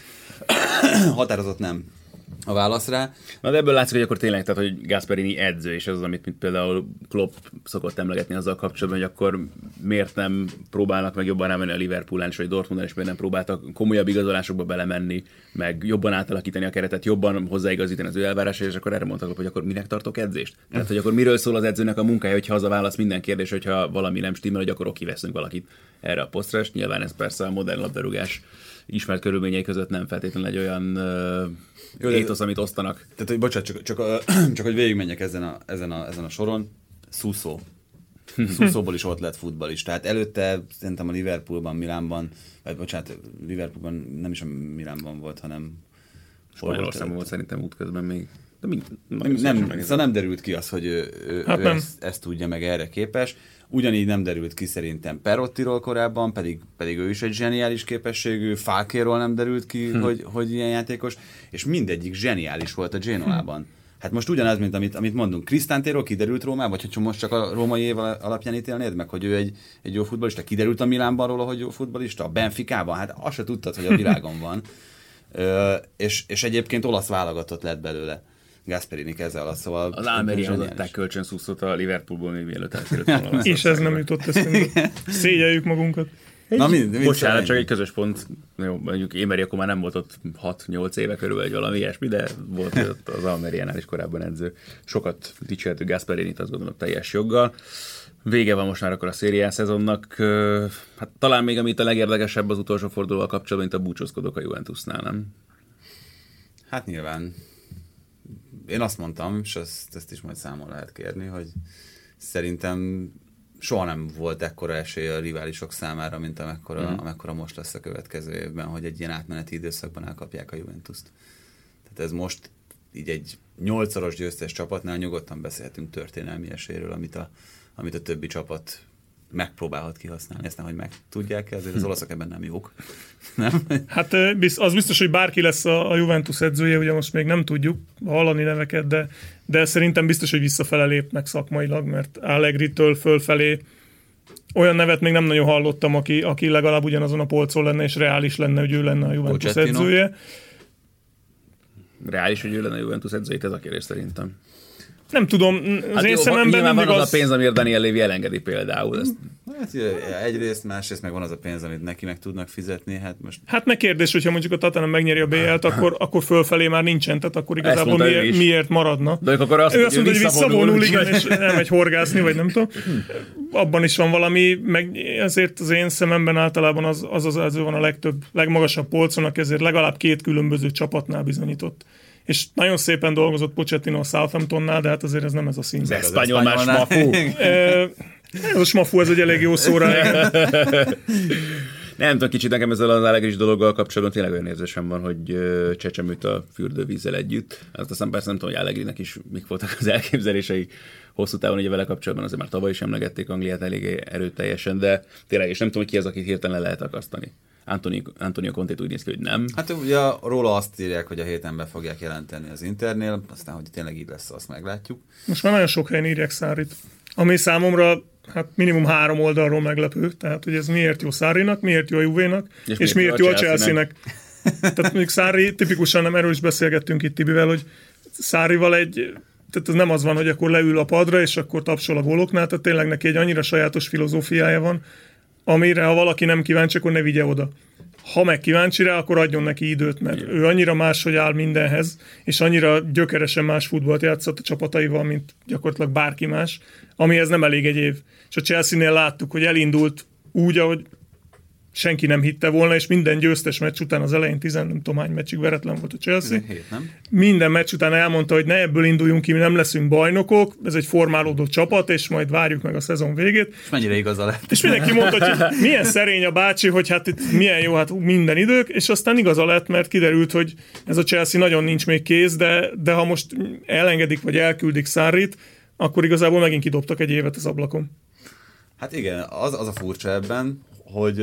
Speaker 3: Határozott nem a válasz rá.
Speaker 2: Na de ebből látszik, hogy akkor tényleg, tehát, hogy Gasperini edző, és ez az, amit mint például Klopp szokott emlegetni azzal kapcsolatban, hogy akkor miért nem próbálnak meg jobban rámenni a Liverpoolán, és vagy Dortmundán, és miért nem próbáltak komolyabb igazolásokba belemenni, meg jobban átalakítani a keretet, jobban hozzáigazítani az ő elvárásait, és akkor erre mondtak, hogy akkor minek tartok edzést? Tehát, hogy akkor miről szól az edzőnek a munkája, hogyha az a válasz minden kérdés, hogyha valami nem stimmel, hogy akkor kiveszünk valakit erre a posztra, és nyilván ez persze a modern labdarúgás ismert körülményei között nem feltétlenül egy olyan uh, étosz, amit osztanak.
Speaker 3: Tehát, hogy bocsánat, csak, csak, csak hogy végigmenjek ezen a, ezen a, ezen a soron. Suso. szóból is ott lett futballista. Tehát előtte szerintem a Liverpoolban, Milánban, vagy bocsánat, Liverpoolban nem is a Milánban volt, hanem
Speaker 2: Spanyolországban volt szerintem útközben még. De mind,
Speaker 3: nem, nem, szóval nem derült ki az, hogy ő, ő, hát ő ezt, ezt tudja, meg erre képes. Ugyanígy nem derült ki szerintem Perottiról korábban, pedig, pedig ő is egy zseniális képességű, Falkéról nem derült ki, hm. hogy, hogy ilyen játékos, és mindegyik zseniális volt a Genoában. Hát most ugyanaz, mint amit, amit mondunk, Krisztántéről kiderült Rómában, vagy hogyha most csak a római év alapján ítélnéd meg, hogy ő egy, egy jó futballista, kiderült a Milánban róla, hogy jó futballista, a Benficában, hát azt se tudtad, hogy a világon van. Ö, és, és egyébként olasz válogatott lett belőle. Gasperini keze alatt, szóval...
Speaker 2: Az Almeriához adták kölcsön Szusszot a Liverpoolból, még mielőtt elkerült volna.
Speaker 4: És ez nem jutott eszünkbe. Szégyeljük magunkat.
Speaker 2: Na, mind, mind bocsánat, csak egy közös pont. Jó, mondjuk Émeri akkor már nem volt ott hat-nyolc éve körülbelül, egy valami ilyesmi, de volt ott az Almeriánál is korábban edző. Sokat dicsértük Gasperinit, azt gondolom teljes joggal. Vége van most már akkor a Serie A szezonnak. Hát talán még amit a legérdekesebb az utolsó fordulóval kapcsolatban, mint a búcsúzkodók a Juventusnál, nem?
Speaker 3: Hát nyilván. Én azt mondtam, és ezt, ezt is majd számon lehet kérni, hogy szerintem soha nem volt ekkora esély a riválisok számára, mint amekkora, mm. amekkora most lesz a következő évben, hogy egy ilyen átmeneti időszakban elkapják a Juventust. Tehát ez most így egy nyolcszoros győztes csapatnál nyugodtan beszélhetünk történelmi esélyről, amit a, amit a többi csapat megpróbálhat kihasználni. Ezt nem, hogy meg tudják, ezért az olaszok ebben nem jók. Nem?
Speaker 4: Hát az biztos, hogy bárki lesz a Juventus edzője, ugye most még nem tudjuk hallani neveket, de, de szerintem biztos, hogy visszafele lépnek szakmailag, mert Allegritől fölfelé olyan nevet még nem nagyon hallottam, aki, aki legalább ugyanazon a polcon lenne, és reális lenne, hogy ő lenne a Juventus
Speaker 3: Pochettino.
Speaker 4: edzője.
Speaker 2: Reális, hogy ő lenne a Juventus edzője, ez a kérdés szerintem.
Speaker 4: Nem tudom, az
Speaker 2: hát
Speaker 4: én
Speaker 2: jó,
Speaker 4: szememben
Speaker 2: mindig
Speaker 4: az...
Speaker 2: az a pénz, amiért Daniel Levy elengedi például. Ezt...
Speaker 3: Hát, egyrészt, másrészt meg van az a pénz, amit neki meg tudnak fizetni. Hát, most...
Speaker 4: hát meg kérdés, hogyha mondjuk a Tottenham megnyeri a bé el-t, akkor, akkor fölfelé már nincsen, tehát akkor igazából miért, miért maradna.
Speaker 2: De akkor azt
Speaker 4: ő azt mondta, hogy visszavonul, igen, és elmegy horgászni, vagy nem tudom. Abban is van valami, meg ezért az én szememben általában az az, az, az van a legtöbb, legmagasabb polcon, ezért legalább két különböző csapatnál bizonyított. És nagyon szépen dolgozott Pochettino a Southamptonnál, de hát azért ez nem ez a szín.
Speaker 2: Ez spanyol más smafu.
Speaker 4: Ez a smafu, ez egy elég jó szóra.
Speaker 2: Nem tudom, kicsit nekem ezzel az Allegri dologgal kapcsolatban tényleg olyan érzésem van, hogy csecsemőt a fürdővízzel együtt. Azt aztán persze nem tudom, hogy Allegrinek is mik voltak az elképzelései hosszú távon, ugye vele kapcsolatban azért már tavaly is emlegették Angliát elég erőteljesen, de tényleg, és nem tudom, hogy ki az, akit hirtelen le lehet akasztani. Antonio, Antonio Conte úgy néz ki, hogy nem.
Speaker 3: Hát ugye róla azt írják, hogy a héten be fogják jelenteni az Internél, aztán, hogy tényleg így lesz, azt meglátjuk.
Speaker 4: Most már nagyon sok helyen írják Sarrit, ami számomra hát minimum három oldalról meglepő, tehát hogy ez miért jó Sarrinak, miért jó a Juvénak, és, és miért jó a Chelsea-nek. Tehát mondjuk Sarri, tipikusan nem erről is beszélgettünk itt Tibivel, hogy Sarrival egy, tehát ez nem az van, hogy akkor leül a padra, és akkor tapsol a góloknál, tehát tényleg neki egy annyira sajátos filozófiája van, amire ha valaki nem kíváncsi, akkor ne vigye oda. Ha meg kíváncsi rá, akkor adjon neki időt, mert ő annyira máshogy áll mindenhez, és annyira gyökeresen más futballt játszott a csapataival, mint gyakorlatilag bárki más, amihez nem elég egy év. És a Chelsea-nél láttuk, hogy elindult úgy, ahogy senki nem hitte volna, és minden győztes meccs után az elején tizen nem tudom hány meccsig veretlen volt a Chelsea.
Speaker 3: tizenhét, nem?
Speaker 4: Minden meccs után elmondta, hogy ne ebből induljunk ki, mi nem leszünk bajnokok, ez egy formálódó csapat, és majd várjuk meg a szezon végét.
Speaker 3: És mennyire igaza lett.
Speaker 4: És mindenki mondta, hogy milyen szerény a bácsi, hogy hát itt milyen jó, hát minden idők, és aztán igaza lett, mert kiderült, hogy ez a Chelsea nagyon nincs még kész, de, de ha most elengedik, vagy elküldik Sarrit, akkor igazából megint kidobtak egy évet az ablakon.
Speaker 3: Hát igen, az, az a furcsa ebben, hogy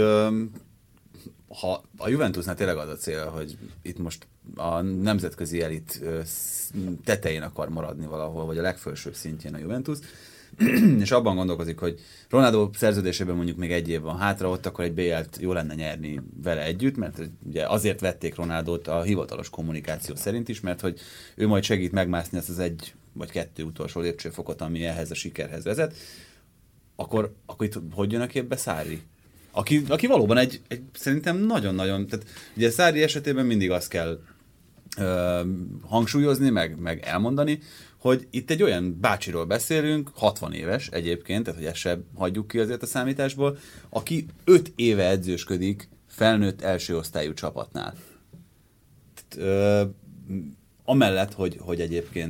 Speaker 3: ha a Juventusnál tényleg az a cél, hogy itt most a nemzetközi elit tetején akar maradni valahol, vagy a legfelsőbb szintjén a Juventus, és abban gondolkozik, hogy Ronaldo szerződésében mondjuk még egy év van hátra, ott akkor egy bé el-t jó lenne nyerni vele együtt, mert ugye azért vették Ronaldót a hivatalos kommunikáció szerint is, mert hogy ő majd segít megmászni ezt az egy vagy kettő utolsó lépcsőfokot, ami ehhez a sikerhez vezet, akkor, akkor itt hogy jön a képbe Sarri? Aki, aki valóban egy, egy szerintem nagyon-nagyon, tehát ugye Sarri esetében mindig azt kell ö, hangsúlyozni, meg, meg elmondani, hogy itt egy olyan bácsiról beszélünk, hatvan éves egyébként, tehát hogy ezt se hagyjuk ki azért a számításból, aki öt éve edzősködik felnőtt első osztályú csapatnál. Tehát, ö, amellett, hogy, hogy egyébként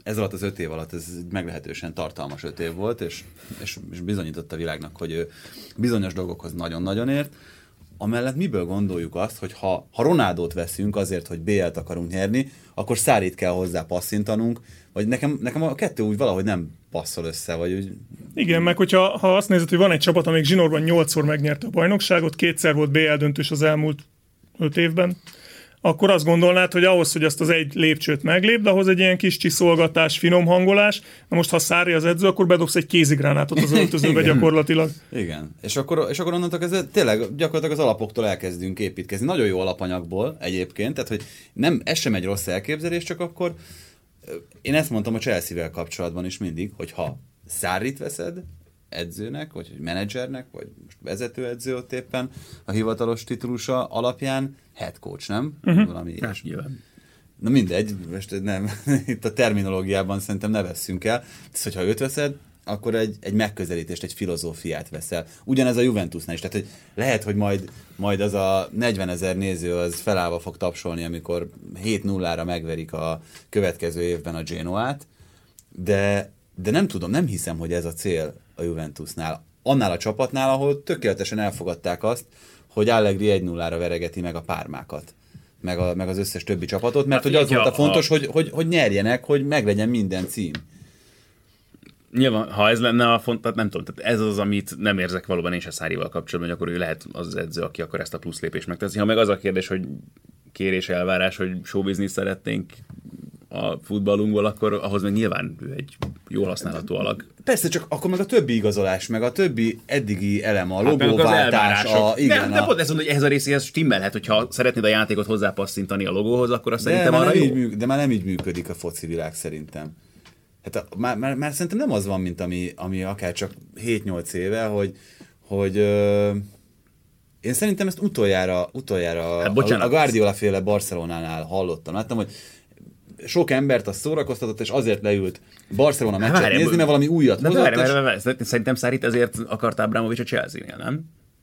Speaker 3: ez alatt az öt év alatt ez meglehetősen tartalmas öt év volt, és, és, és bizonyította a világnak, hogy ő bizonyos dolgokhoz nagyon-nagyon ért. Amellett miből gondoljuk azt, hogy ha, ha Ronaldót veszünk azért, hogy bé el-t akarunk nyerni, akkor Sarrit kell hozzá passzintanunk, vagy nekem, nekem a kettő úgy valahogy nem passzol össze, vagy úgy...
Speaker 4: Igen, meg hogyha ha azt nézed, hogy van egy csapat, amelyik zsinórban nyolcszor megnyerte a bajnokságot, kétszer volt bé el döntős az elmúlt öt évben, akkor azt gondolnád, hogy ahhoz, hogy azt az egy lépcsőt meglépd, ahhoz egy ilyen kis csiszolgatás, finom hangolás. Na most, ha Sarri az edző, akkor bedobsz egy kézigránátot az öltözőbe gyakorlatilag.
Speaker 3: Igen, és akkor, és akkor onnantól kezdve tényleg gyakorlatilag az alapoktól elkezdünk építkezni. Nagyon jó alapanyagból egyébként, tehát hogy nem, ez sem egy rossz elképzelés, csak akkor én ezt mondtam a Chelsea-vel kapcsolatban is mindig, hogy ha Sarrit veszed edzőnek, vagy menedzsernek, vagy most vezetőedző ott éppen a hivatalos titulusa alapján head coach, nem?
Speaker 2: Uh-huh.
Speaker 3: Valami
Speaker 2: ilyesmi.
Speaker 3: Na mindegy, most nem, itt a terminológiában szerintem ne vesszünk el. Tehát, hogyha őt veszed, akkor egy, egy megközelítést, egy filozófiát veszel. Ugyanez a Juventusnál is. Tehát, hogy lehet, hogy majd, majd az a negyvenezer néző az felállva fog tapsolni, amikor hét nullára megverik a következő évben a Genoát, de, de nem tudom, nem hiszem, hogy ez a cél a Juventusnál. Annál a csapatnál, ahol tökéletesen elfogadták azt, hogy Allegri egy nullára veregeti meg a Pármákat. Meg, a, meg az összes többi csapatot, mert hát, hogy az volt a fontos, a... hogy, hogy, hogy nyerjenek, hogy meglegyen minden cím.
Speaker 2: Nyilván, ha ez lenne a font, tehát nem tudom, tehát ez az, amit nem érzek valóban én se Sarrival kapcsolatban, hogy akkor ő lehet az, az edző, aki akkor ezt a plusz lépést megteszi. Ha meg az a kérdés, hogy kérés, elvárás, hogy showbusiness szeretnénk a futballunkból, akkor ahhoz meg nyilván ő egy jól használható alak.
Speaker 3: Persze, csak akkor meg a többi igazolás, meg a többi eddigi elem, a logóváltás, hát a, igen.
Speaker 2: De, de
Speaker 3: a...
Speaker 2: pont ezt mondom, hogy ehhez a részéhez stimmelhet, hogyha szeretnéd a játékot hozzápasszintani a logóhoz, akkor azt
Speaker 3: de
Speaker 2: szerintem arra jó.
Speaker 3: Műk, de már nem így működik a foci világ szerintem. Hát a, már, már, már szerintem nem az van, mint ami, ami akár csak hét-nyolc éve, hogy, hogy ö, én szerintem ezt utoljára, utoljára hát, a, a Guardiola féle Barcelonánál hallottam. Láttam, hogy sok embert az szórakoztatott, és azért leült Barcelona meccset várj, nézni, mert valami újat
Speaker 2: de
Speaker 3: hozott.
Speaker 2: Várj, várj, várj, várj. Szerintem Sarrit ezért akart Abramovich a Chelsea-nél, nem?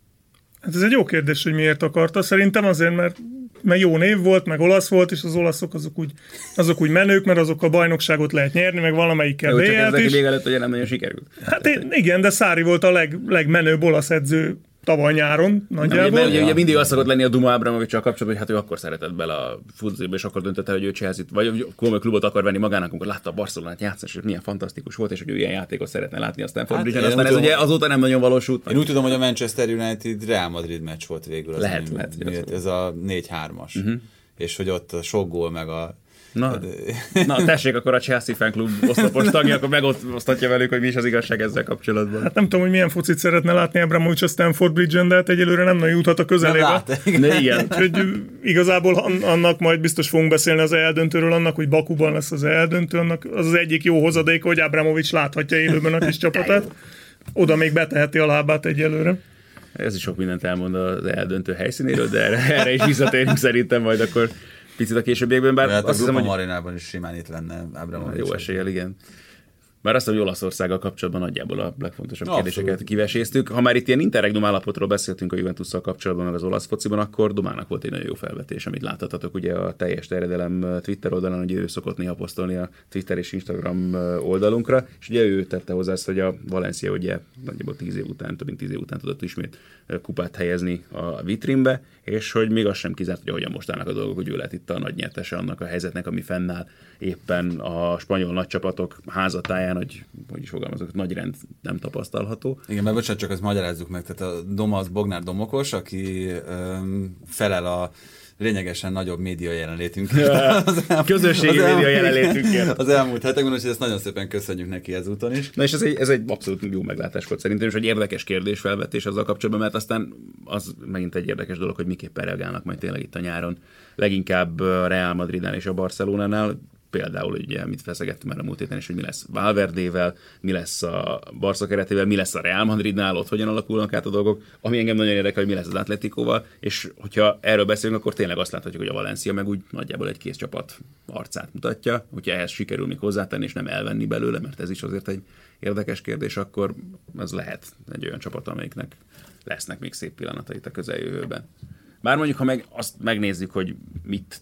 Speaker 4: Hát ez egy jó kérdés, hogy miért akarta. Szerintem azért, mert, mert jó név volt, meg olasz volt, és az olaszok azok úgy, azok úgy menők, mert azok a bajnokságot lehet nyerni, meg valamelyikkel bé el-t is.
Speaker 2: Csak még előtt ugye nem nagyon sikerült.
Speaker 4: Hát én, igen, de Sarri volt a leg, legmenőbb olasz edző tavaly nyáron, nagyjából.
Speaker 2: Nem, ugye, ugye mindig az szokott lenni a Duma Abramovics-sal kapcsolatban, hogy hát ő akkor szeretett bele a futballba, és akkor döntött el, hogy ő Chelsea-t, vagy komoly klubot akar venni magának, amikor látta a Barcelonát játszani, és milyen fantasztikus volt, és hogy ő ilyen játékot szeretne látni a Stanford Bridge-en, hát aztán ez ugye azóta nem nagyon valósult.
Speaker 3: Én úgy tudom, hogy a Manchester United Real Madrid meccs volt végül. Az
Speaker 2: lehet,
Speaker 3: mi,
Speaker 2: lehet.
Speaker 3: Mi, ez a négy hármas. Uh-huh. És hogy ott a sok gól, meg a
Speaker 2: Na, na, tessék, akkor a Chelsea fanklub oszlopos tagja, akkor megosztatja velük, hogy mi is az igazság ezzel kapcsolatban.
Speaker 4: Hát nem tudom, hogy milyen focit szeretne látni Abramovich a Stanford Bridge-en, de hát egyelőre nem nagyon juthat a közelébe.
Speaker 2: Ne, igen.
Speaker 4: Úgyhogy igazából annak majd biztos fogunk beszélni az eldöntőről, annak, hogy Bakuban lesz az eldöntő, annak az az egyik jó hozadéka, hogy Abramovich láthatja élőben a kis csapatát. Oda még beteheti a lábát egyelőre.
Speaker 2: Ez is sok mindent elmond az eldöntő helyszínéről, de erre, erre is visszatérünk szerintem majd akkor picit a későbbiekben, bár
Speaker 3: hát
Speaker 2: azt
Speaker 3: a
Speaker 2: hiszem, hogy
Speaker 3: Marinában is simán itt lenne Abramovich.
Speaker 2: Jó eséllyel, igen. Bár azt, hogy Olaszországgal kapcsolatban nagyjából a legfontosabb no, kérdéseket abszolút kiveséztük. Ha már itt ilyen interregnum állapotról beszéltünk a Juventusszal kapcsolatban, meg az olasz fociban, akkor Dumának volt egy nagyon jó felvetés, amit láthatatok ugye a teljes terjedelem Twitter oldalon, hogy ő szokott néha posztolni a Twitter és Instagram oldalunkra, és ugye ő tette hozzá azt, hogy a Valencia ugye nagyjából tíz év után, több mint tíz év után tudott ismét kupát helyezni a vitrínbe, és hogy még az sem kizárt, hogy ahogyan most állnak a dolgok, hogy ő lett itt a nagy nyertese annak a helyzetnek, ami fennáll éppen a spanyol nagycsapatok házatáján, hogy hogy is fogalmazok, nagy rend nem tapasztalható.
Speaker 3: Igen, mert bocsánat, csak ezt magyarázzuk meg, tehát a Doma az Bognár Domokos, aki öm, felel a lényegesen nagyobb média jelenlétünkért.
Speaker 2: Közösségi
Speaker 3: az
Speaker 2: média jelenlétünkért.
Speaker 3: Az elmúlt hetekben, úgyhogy ezt nagyon szépen köszönjük neki ezúton is.
Speaker 2: Na és ez egy, ez egy abszolút jó meglátás volt szerintem, és egy érdekes kérdésfelvetés azzal kapcsolatban, mert aztán az megint egy érdekes dolog, hogy miképpen reagálnak majd tényleg itt a nyáron. Leginkább a Real Madridnál és a Barcelonánál, például ugye, amit feszegettünk már a múlt héten is, hogy mi lesz Valverdével, mi lesz a Barca keretével, mi lesz a Real Madridnál, ott hogyan alakulnak át a dolgok, ami engem nagyon érdekel, hogy mi lesz az Atleticóval, és hogyha erről beszélünk, akkor tényleg azt láthatjuk, hogy a Valencia meg úgy nagyjából egy kész csapat arcát mutatja, hogyha ehhez sikerül még hozzátenni, és nem elvenni belőle, mert ez is azért egy érdekes kérdés, akkor ez lehet egy olyan csapat, amelyiknek lesznek még szép pillanatai a közeljövőben. Bár mondjuk, ha meg azt megnézzük, hogy mit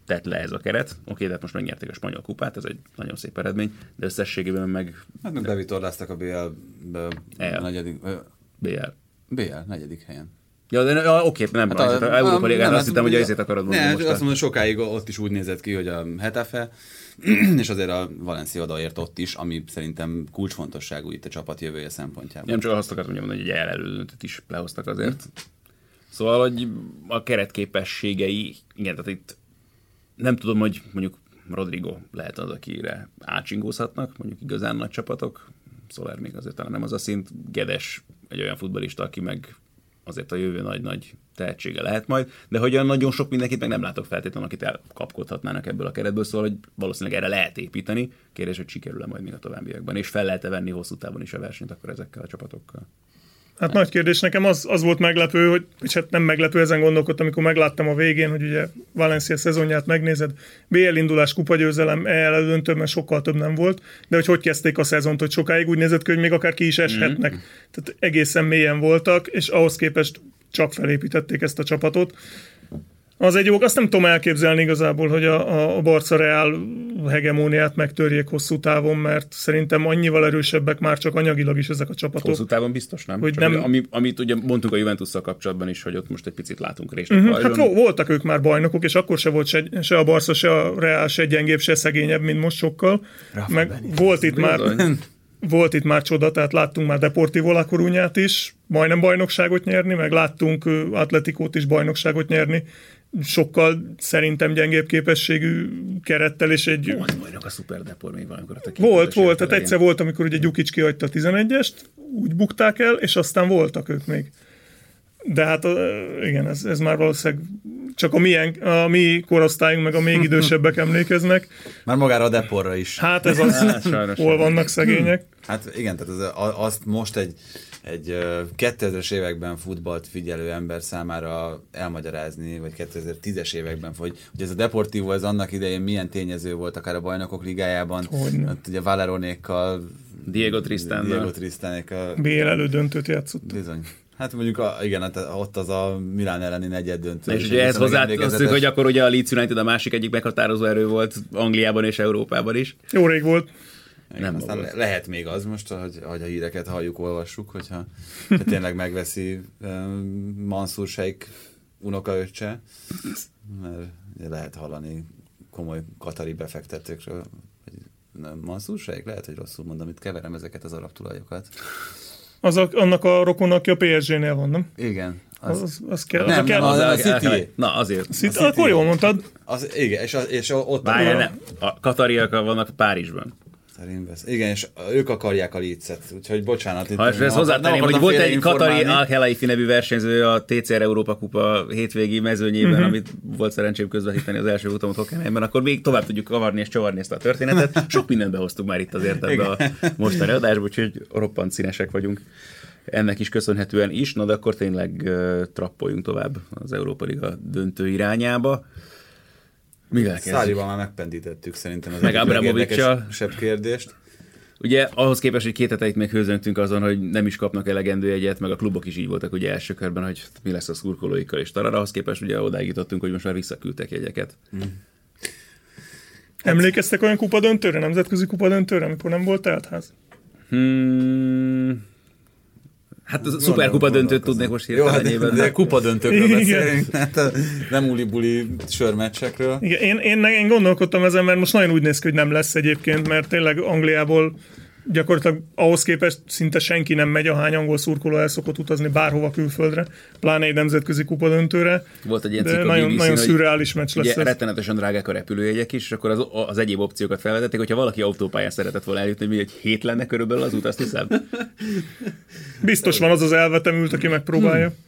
Speaker 2: tett le ez a keret. Oké, de hát most megnyerték a spanyol kupát, ez egy nagyon szép eredmény, de összességében meg...
Speaker 3: Hát meg bevitorláztak a bé el-be
Speaker 2: E.
Speaker 3: negyedik...
Speaker 2: bé el.
Speaker 3: bé el, negyedik helyen.
Speaker 2: Ja, de ja, oké, nem hát a, a, a Európa Ligán, azt hittem, hogy ezért akarod mondani
Speaker 3: ne,
Speaker 2: most.
Speaker 3: azt mondom, hogy sokáig ott is úgy nézett ki, hogy a Getafe, és azért a Valencia odaért ott is, ami szerintem kulcsfontosságú itt a csapat jövője szempontjából.
Speaker 2: Nem csak azt akartam mondani, hogy egy elelődöntőt is lehoztak azért. Szóval, hogy a keretképességei, igen, tehát itt nem tudom, hogy mondjuk Rodrigo lehet az, akire átsingózhatnak, mondjuk igazán nagy csapatok, Soler még azért talán nem az a szint, Guedes egy olyan futballista, aki meg azért a jövő nagy-nagy tehetsége lehet majd, de hogy olyan nagyon sok mindenkit meg nem látok feltétlenül, akit elkapkodhatnának ebből a keretből, szóval hogy valószínűleg erre lehet építeni, kérdés, hogy sikerül-e majd még a továbbiakban, és fel lehet-e venni hosszú távon is a versenyt akkor ezekkel a csapatokkal.
Speaker 4: Hát nagy kérdés, nekem az, az volt meglepő, hogy, és hát nem meglepő, ezen gondolkodtam, amikor megláttam a végén, hogy ugye Valencia szezonját megnézed, bé el indulás, kupagyőzelem, elődöntőben sokkal több nem volt, de hogy hogy kezdték a szezont, hogy sokáig úgy nézett ki, hogy még akár ki is eshetnek. Mm-hmm. Tehát egészen mélyen voltak, és ahhoz képest csak felépítették ezt a csapatot. Az egy jó, azt nem tudom elképzelni igazából, hogy a, a Barca Real hegemóniát megtörjék hosszú távon, mert szerintem annyival erősebbek már csak anyagilag is ezek a csapatok.
Speaker 2: Hosszú távon biztos nem.
Speaker 4: Hogy nem...
Speaker 2: Ami, amit ugye mondtuk a Juventusszal kapcsolatban is, hogy ott most egy picit látunk részt.
Speaker 4: Uh-huh, hát voltak ők már bajnokok, és akkor se volt se, se a Barca, se a Real, se gyengébb, se szegényebb, mint most sokkal.
Speaker 3: Rafa
Speaker 4: Meg
Speaker 3: Benitez.
Speaker 4: volt itt már... Volt itt már csoda, tehát láttunk már Deportivo La Coruñát is, majdnem bajnokságot nyerni, meg láttunk Atleticót is bajnokságot nyerni, sokkal szerintem gyengébb képességű kerettel, és egy...
Speaker 2: Volt bajnok a Super Depor még valamikor.
Speaker 4: Volt, volt, tehát egyszer volt, amikor ugye Gyukic kihagyta a tizenegyest, úgy bukták el, és aztán voltak ők még. De hát igen, ez, ez már valószínűleg csak a mi, a mi korosztályunk, meg a még idősebbek emlékeznek.
Speaker 3: Már magára a Deporra is.
Speaker 4: Hát ez az, hát, hol vannak szegények.
Speaker 3: Hát igen, tehát az, azt most egy, egy kétezres években futballt figyelő ember számára elmagyarázni, vagy kétezer-tízes években, hogy, hogy ez a Deportivo, ez annak idején milyen tényező volt akár a Bajnokok Ligájában. Hát ugye Valeronékkal,
Speaker 2: Diego Tristánnal.
Speaker 3: Diego Tristánékkal.
Speaker 4: bé el elődöntőt játszott.
Speaker 3: Bizony. Hát mondjuk a, igen, hát ott az a Milán elleni negyed döntő.
Speaker 2: És ugye ezt hozzáteszünk, hogy akkor ugye a Leeds United a másik egyik meghatározó erő volt Angliában és Európában is.
Speaker 4: Jó rég volt.
Speaker 3: Nem aztán le- lehet még az most, hogy, hogy a híreket halljuk, olvassuk, hogyha tényleg megveszi um, Mansur Sheikh unokaöccse, mert lehet hallani komoly katari befektetőkről. Nem, Mansur Sheikh? Lehet, hogy rosszul mondom, itt keverem ezeket az arab tulajokat.
Speaker 4: Az a, annak a rokona, aki a pé es gé-nél van, nem?
Speaker 3: Igen.
Speaker 4: Az, az, az kell.
Speaker 3: Nem,
Speaker 4: az kell.
Speaker 3: nem, az,
Speaker 2: Az
Speaker 3: a City.
Speaker 2: Na, azért.
Speaker 4: City, akkor jól mondtad.
Speaker 3: Az, igen, és, a, és a, ott
Speaker 2: Várjál,
Speaker 3: a,
Speaker 2: nem. A katariak vannak Párizsban.
Speaker 3: igen, és ők akarják a Leedset, úgyhogy bocsánat. Itt
Speaker 2: Ha ezt hozzátenném, hogy volt egy katari Al-Helaifi nevű versenyző a té cé er Európa Kupa hétvégi mezőnyében, uh-huh. amit volt szerencsém közvetíteni az első futamot Hockenheimben, akkor még tovább tudjuk kavarni és csavarni ezt a történetet. Sok mindent behoztuk már itt azért ebbe a mostani adásba, úgyhogy roppant színesek vagyunk. Ennek is köszönhetően is, na de akkor tényleg uh, trappoljunk tovább az Európa Liga döntő irányába. Mivel kezdjük?
Speaker 3: Szárival már megpendítettük szerintem az
Speaker 2: Meg
Speaker 3: egyik
Speaker 2: Abramovic-sal.
Speaker 3: legérdekesebb kérdést.
Speaker 2: Ugye ahhoz képest, hogy két hete itt még hőzöntünk azon, hogy nem is kapnak elegendő jegyet, meg a klubok is így voltak ugye első körben, hogy mi lesz a szurkolóikkal és tarara, ahhoz képest ugye odáig jutottunk, hogy most már visszaküldtek jegyeket. Hmm.
Speaker 4: Emlékeztek olyan kupadöntőre, nemzetközi kupadöntőre, amikor nem volt teltház?
Speaker 2: Hmm. Hát a szuperkupa döntőt tudnék most hirtelenében.
Speaker 3: Hát, de kupadöntőkről beszélünk, hát nem uli-buli sörmeccsekről.
Speaker 4: Igen, én, én, én gondolkodtam ezen, mert most nagyon úgy néz ki, hogy nem lesz egyébként, mert tényleg Angliából gyakorlatilag ahhoz képest szinte senki nem megy, ahány angol szurkoló el szokott utazni bárhova külföldre, pláne egy nemzetközi kupadöntőre.
Speaker 2: Volt egy ilyen
Speaker 4: de
Speaker 2: cikk a
Speaker 4: nagyon,
Speaker 2: bé bé cén,
Speaker 4: nagyon szürreális meccs lesz.
Speaker 2: Ugye rettenetesen drágák a repülőjegyek is, és akkor az, az egyéb opciókat felvetették, hogyha valaki autópályán szeretett volna eljutni, hogy egy hét lenne körülbelül az út, azt hiszem.
Speaker 4: Biztos van az az elvetemült, aki megpróbálja. Hmm.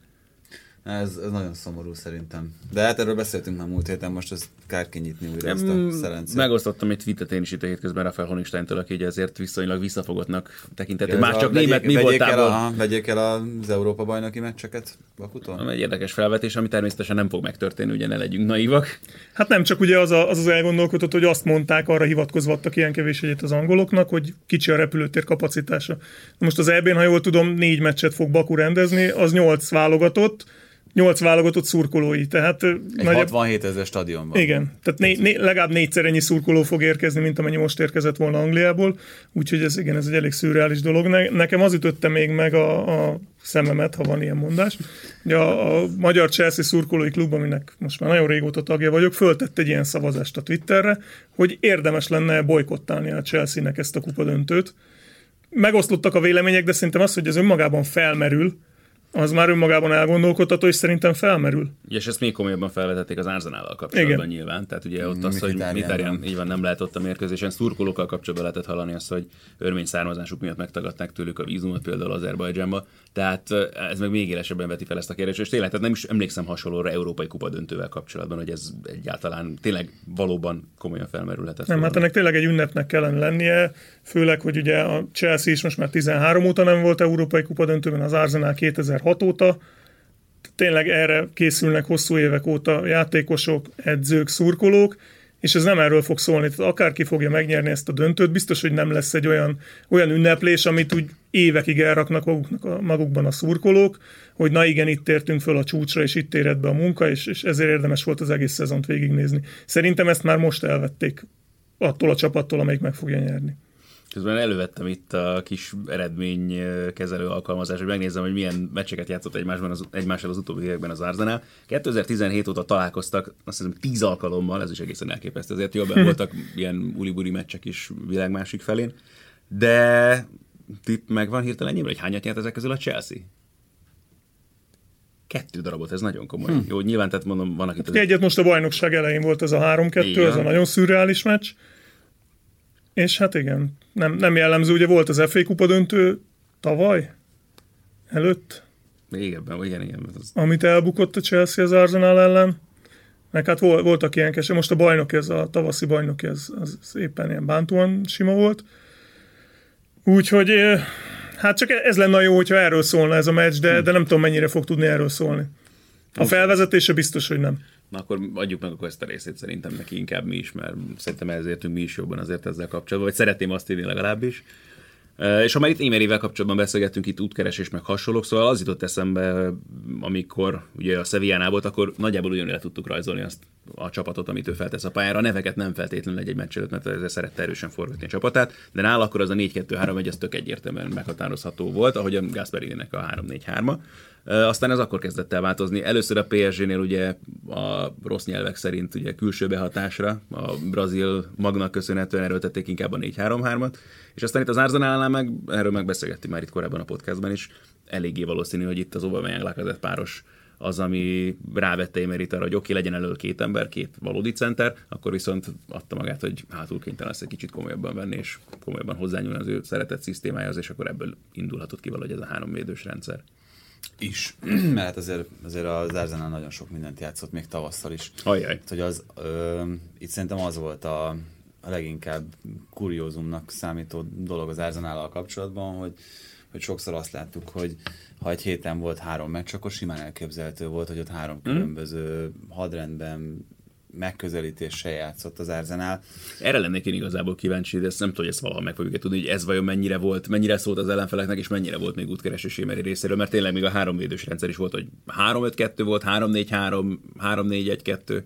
Speaker 3: Ez, ez nagyon szomorú szerintem. De hát erről beszéltünk már múlt héten, most ez kár kinyitni újra ezt a szelencét.
Speaker 2: Megosztottam egy tweetet én is itt a hétközben Rafael Honigsteintől, aki ugye ezért viszonylag visszafogottnak tekintető.
Speaker 3: Ja,
Speaker 2: már csak német mi voltából.
Speaker 3: Vegyék el az Európa bajnoki meccseket Bakutól?
Speaker 2: Egy érdekes felvetés, ami természetesen nem fog megtörténni, ugye ne legyünk naivak.
Speaker 4: Hát nem, csak ugye az a, az, az elgondolkodott, hogy azt mondták, arra hivatkozva adtak ilyen kevés egyet az angoloknak, hogy kicsi a repülőtér kapacitása. Most az é bén, ha jól tudom, négy meccset fog Baku rendezni, az nyolc válogatott, nyolc válogatott szurkolói, tehát...
Speaker 3: Egy
Speaker 4: nagy...
Speaker 3: hatvanhét ezer stadionban.
Speaker 4: Igen, tehát né, né, legalább négyszer ennyi szurkoló fog érkezni, mint amennyi most érkezett volna Angliából, úgyhogy ez igen, ez egy elég szürreális dolog. Ne, nekem az ütötte még meg a, a szememet, ha van ilyen mondás. Ugye a, a Magyar Chelsea szurkolói klub, aminek most már nagyon régóta tagja vagyok, föltett egy ilyen szavazást a Twitterre, hogy érdemes lenne bojkottálni a Chelsea-nek ezt a kupadöntőt. Megoszlottak a vélemények, de szerintem az, hogy ez önmagában felmerül, az már önmagában elgondolkodható, és szerintem felmerül.
Speaker 2: És ezt még komolyabban felvetették az Arsenállal kapcsolatban. Igen. Nyilván. Tehát ugye ott az, hogy Mkhitaryan így van, nem lehet ott a mérkőzésen. Szurkolókkal kapcsolatban lehetett hallani azt, hogy örmény származásuk miatt megtagadták tőlük a vízumot, például Azerbajdzsánba. Tehát ez meg még élesebben veti fel ezt a kérdést. És tényleg, tehát nem is emlékszem hasonlóra európai kupa döntővel kapcsolatban, hogy ez egyáltalán tényleg valóban komolyan felmerülhetett.
Speaker 4: Nem, hát ennek tényleg egy ünnepnek kellene lennie, főleg, hogy ugye a Chelsea is most már tizenhárom óta nem volt európai kupa döntőben, az Arsenal kétezer-hat óta. Tényleg erre készülnek hosszú évek óta játékosok, edzők, szurkolók, és ez nem erről fog szólni. Tehát akárki fogja megnyerni ezt a döntőt, biztos, hogy nem lesz egy olyan, olyan ünneplés, amit úgy évekig elraknak maguknak a, magukban a szurkolók, hogy na igen, itt értünk föl a csúcsra, és itt éred be a munka, és, és ezért érdemes volt az egész szezont végignézni. Szerintem ezt már most elvették attól a csapattól, amelyik meg fogja nyerni.
Speaker 2: Közben elővettem itt a kis eredménykezelő alkalmazás, hogy megnézzem, hogy milyen meccseket játszott egymásban az, egymással az utóbbi években az Arsenal. kétezer-tizenhét óta találkoztak, azt hiszem tíz alkalommal, ez is egészen elképesztő, ezért jobban voltak ilyen uli-buri meccsek is világ másik felén. De tipp megvan hirtelen nyilván, hogy hányat nyert ezek közül a Chelsea? Kettő darabot, ez nagyon komoly. Hm. Jó, nyilván, tehát mondom, van akit...
Speaker 4: Az... Egyet most a bajnokság elején volt ez a három-kettő, ez a nagyon szürreális meccs. És hát igen, nem, nem jellemző, ugye volt az ef á kupa döntő tavaly előtt.
Speaker 2: Régebben, igen, igen. Az...
Speaker 4: Amit elbukott a Chelsea az Arsenal ellen. Meg hát vol, voltak ilyen kese. Most a bajnok, ez a tavaszi bajnok, ez, az éppen ilyen bántóan sima volt. Úgyhogy hát csak ez lenne jó, hogyha erről szólna ez a meccs, de, de nem tudom, mennyire fog tudni erről szólni. A felvezetése biztos, hogy nem.
Speaker 2: Na akkor adjuk meg akkor ezt a részét szerintem neki inkább mi is, mert szerintem ezértünk mi is jobban azért ezzel kapcsolatban, vagy szeretném azt írni legalábbis. És ha már itt Emeryvel kapcsolatban beszélgettünk, itt útkeresés meg hasonlók, szóval az jutott eszembe, amikor ugye a Sevillánál volt, akkor nagyjából ugyanúgy le tudtuk rajzolni azt a csapatot, amit ő feltesz a pályára. A neveket nem feltétlenül egy-egy meccs előtt, mert ezzel szerette erősen forgatni a csapatát, de nála akkor az a négy kettő három egy az tök egyértelműen meghatározható volt, ahogy a Gasperininek a három négy három. Aztán ez akkor kezdett el változni. Először a pé es génél ugye a rossz nyelvek szerint ugye külső behatásra, a brazil magnak köszönhetően erőltették inkább a négy három hármat, és aztán itt az Arsenalnál meg, erről megbeszélgettünk már itt korábban a podcastban is, eléggé valószínű, hogy itt az Aubameyang-Lacazette páros az, ami rávette Emeryt arra, hogy oké, legyen elől két ember, két valódi center, akkor viszont adta magát, hogy hátul kénytelen lesz egy kicsit komolyabban venni, és komolyabban hozzányúlni az ő szeretett szisztémájához, és akkor ebből indulhatott ki valahogy ez a háromvédős rendszer.
Speaker 3: Is, mert azért, azért az Arsenal nagyon sok mindent játszott, még tavasszal is.
Speaker 2: Ajjaj.
Speaker 3: Hogy az, ö, itt szerintem az volt a, a leginkább kuriózumnak számító dolog az Arsenallal kapcsolatban, hogy, hogy sokszor azt láttuk, hogy ha egy héten volt három meccs, akkor simán elképzelhető volt, hogy ott három hmm. különböző hadrendben megközelítéssel játszott az Arsenal.
Speaker 2: Erre lennék én igazából kíváncsi, de ezt nem tudom, hogy ezt valaha meg fogjuk tudni, hogy ez vajon mennyire volt, mennyire szólt az ellenfeleknek, és mennyire volt még útkeresés Emery részéről, mert tényleg még a háromvédős rendszer is volt, hogy három öt kettő volt, három négy három, három négy egy kettő.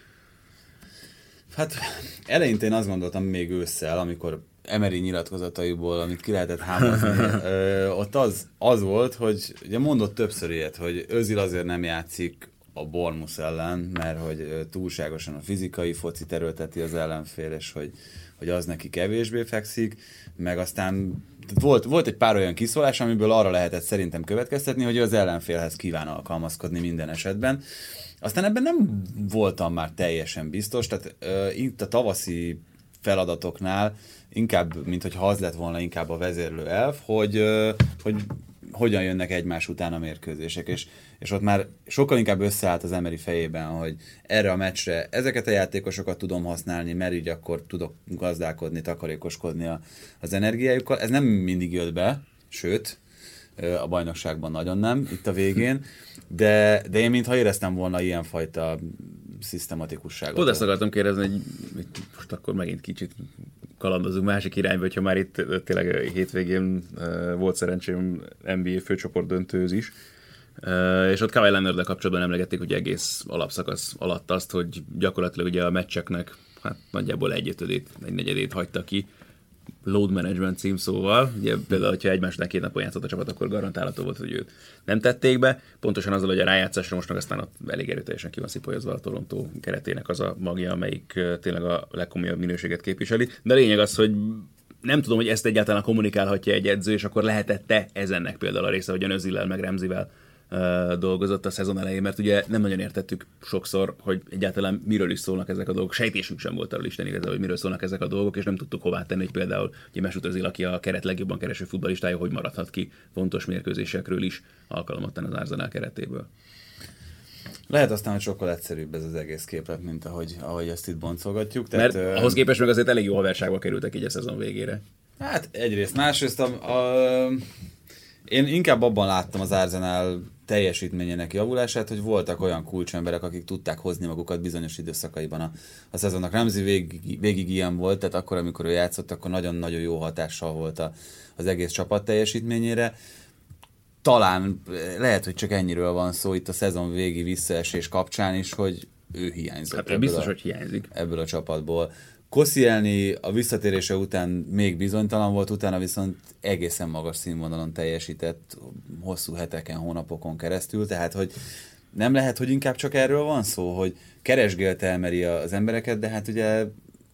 Speaker 3: Hát eleinte én azt gondoltam még ősszel, amikor Emery nyilatkozataiból, amit ki lehetett hámozni, ö, ott az, az volt, hogy ugye mondott többször ilyet, hogy Özil azért nem játszik a Bournemouth ellen, mert hogy túlságosan a fizikai focit erőlteti az ellenfél, és hogy, hogy az neki kevésbé fekszik, meg aztán volt, volt egy pár olyan kiszólás, amiből arra lehetett szerintem következtetni, hogy az ellenfélhez kíván alkalmazkodni minden esetben. Aztán ebben nem voltam már teljesen biztos, tehát uh, itt a tavaszi feladatoknál inkább, mint hogyha az lett volna inkább a vezérlő elv, hogy, uh, hogy hogyan jönnek egymás után a mérkőzések, és, és ott már sokkal inkább összeállt az Emery fejében, hogy erre a meccsre ezeket a játékosokat tudom használni, mert így akkor tudok gazdálkodni, takarékoskodni a, az energiájukkal. Ez nem mindig jött be, sőt, a bajnokságban nagyon nem, itt a végén, de, de én mintha éreztem volna ilyenfajta szisztematikusságot.
Speaker 2: Oda azt akartam kérdezni, hogy most akkor megint kicsit kalandozunk másik irányba, hogyha már itt tényleg hétvégén volt szerencsém en bé á főcsoport döntőz is. Uh, és ott Kawhi Leonarddal kapcsolatban emlegették, hogy egész alapszakasz alatt azt, hogy gyakorlatilag ugye a meccseknek hát nagyjából egy ötödét, egy negyedét hagyta ki load management címszóval. Ugye például, hogyha egymás után két napon játszott a csapat, akkor garantálható volt, hogy őt nem tették be. Pontosan azzal, hogy a rájátszásra most meg aztán ott elég erőteljesen ki van szipolyozva a Toronto keretének az a magja, amelyik tényleg a legkomolyabb minőséget képviseli. De a lényeg az, hogy nem tudom, hogy ezt egyáltalán kommunikálhatja egy edző, és akkor lehetett-e ez ennek például a része, hogy a Özillel meg Ramseyvel uh, dolgozott a szezon elején, mert ugye nem nagyon értettük sokszor, hogy egyáltalán miről is szólnak ezek a dolgok. Sejtésünk sem volt arról Isten igazából, hogy miről szólnak ezek a dolgok, és nem tudtuk hová tenni, hogy például ugye Mesut Özil, aki a keret legjobban kereső futballistája, hogy maradhat ki fontos mérkőzésekről is alkalmatlan az Arsenal keretéből.
Speaker 3: Lehet aztán, hogy sokkal egyszerűbb ez az egész képlet, mint ahogy, ahogy ezt itt boncolgatjuk.
Speaker 2: Tehát,
Speaker 3: mert
Speaker 2: ö... ahhoz képest meg azért elég jó haverságba kerültek így a szezon végére.
Speaker 3: Hát egyrészt, másrészt a, a, én inkább abban láttam az Arsenal teljesítményének javulását, hogy voltak olyan kulcsemberek, akik tudták hozni magukat bizonyos időszakaiban a, a szezonnak. Ramsey végig, végig ilyen volt, tehát akkor, amikor ő játszott, akkor nagyon-nagyon jó hatással volt a, az egész csapat teljesítményére. Talán lehet, hogy csak ennyiről van szó itt a szezon végi visszaesés kapcsán is, hogy ő hiányzott.
Speaker 2: Hát biztos,
Speaker 3: a,
Speaker 2: hogy hiányzik.
Speaker 3: Ebből a csapatból. Koscielny a visszatérése után még bizonytalan volt, utána viszont egészen magas színvonalon teljesített hosszú heteken, hónapokon keresztül, tehát hogy nem lehet, hogy inkább csak erről van szó, hogy keresgélte elmeri az embereket, de hát ugye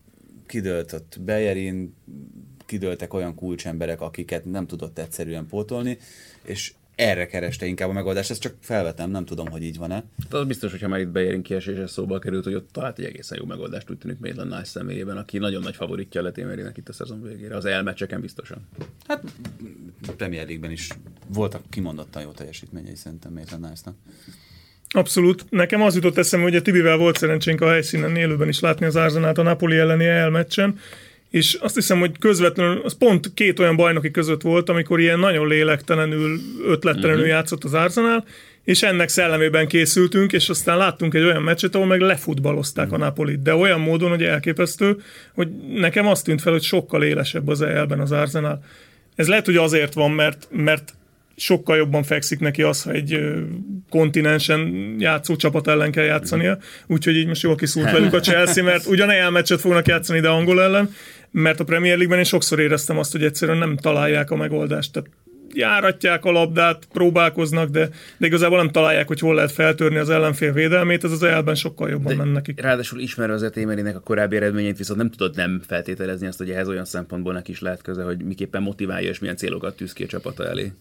Speaker 3: kidőlt ott Bellerin, kidőltek olyan kulcsemberek, akiket nem tudott egyszerűen pótolni, és erre kereste inkább a megoldást, ezt csak felvetem, nem tudom, hogy így van-e.
Speaker 2: Az biztos, hogyha már itt Bellerin kiesése szóba került, hogy ott talált egy egészen jó megoldást, úgy tűnik Maitland-Niles személyében, aki nagyon nagy favoritja lett Emerynek itt a szezon végére. Az elmeccseken biztosan.
Speaker 3: Hát Premier League-ben is voltak kimondottan jó teljesítményei szerintem Maitland-Nilesnak.
Speaker 4: Abszolút. Nekem az jutott eszembe, hogy a Tibivel volt szerencsénk a helyszínen élőben is látni az Arsenalt a Napoli elleni elmeccsen, és azt hiszem, hogy közvetlenül, az pont két olyan bajnoki között volt, amikor ilyen nagyon lélektelenül, ötlettelenül uh-huh. játszott az Arsenal, és ennek szellemében készültünk, és aztán láttunk egy olyan meccset, ahol meg lefutballozták uh-huh. a Napolit, de olyan módon, hogy elképesztő, hogy nekem azt tűnt fel, hogy sokkal élesebb az é el-ben az Arsenal. Ez lehet, hogy azért van, mert, mert sokkal jobban fekszik neki az, ha egy kontinensen játszó csapat ellen kell játszania, úgyhogy így most jól kiszúrt velük a Chelsea, mert ugyan é el meccset fognak játszani, de angol ellen, mert a Premier League-ben én sokszor éreztem azt, hogy egyszerűen nem találják a megoldást. Tehát járatják a labdát, próbálkoznak, de, de igazából nem találják, hogy hol lehet feltörni az ellenfél védelmét, ez az é el-ben sokkal jobban men nekik.
Speaker 2: Ráadásul ismerve azért Emerynek a korábbi eredményét, viszont nem tudod nem feltételezni azt, hogy ehhez olyan szempontból neki is lehet köze, hogy miképpen motiválja és milyen célokat tűz ki a csapata elé.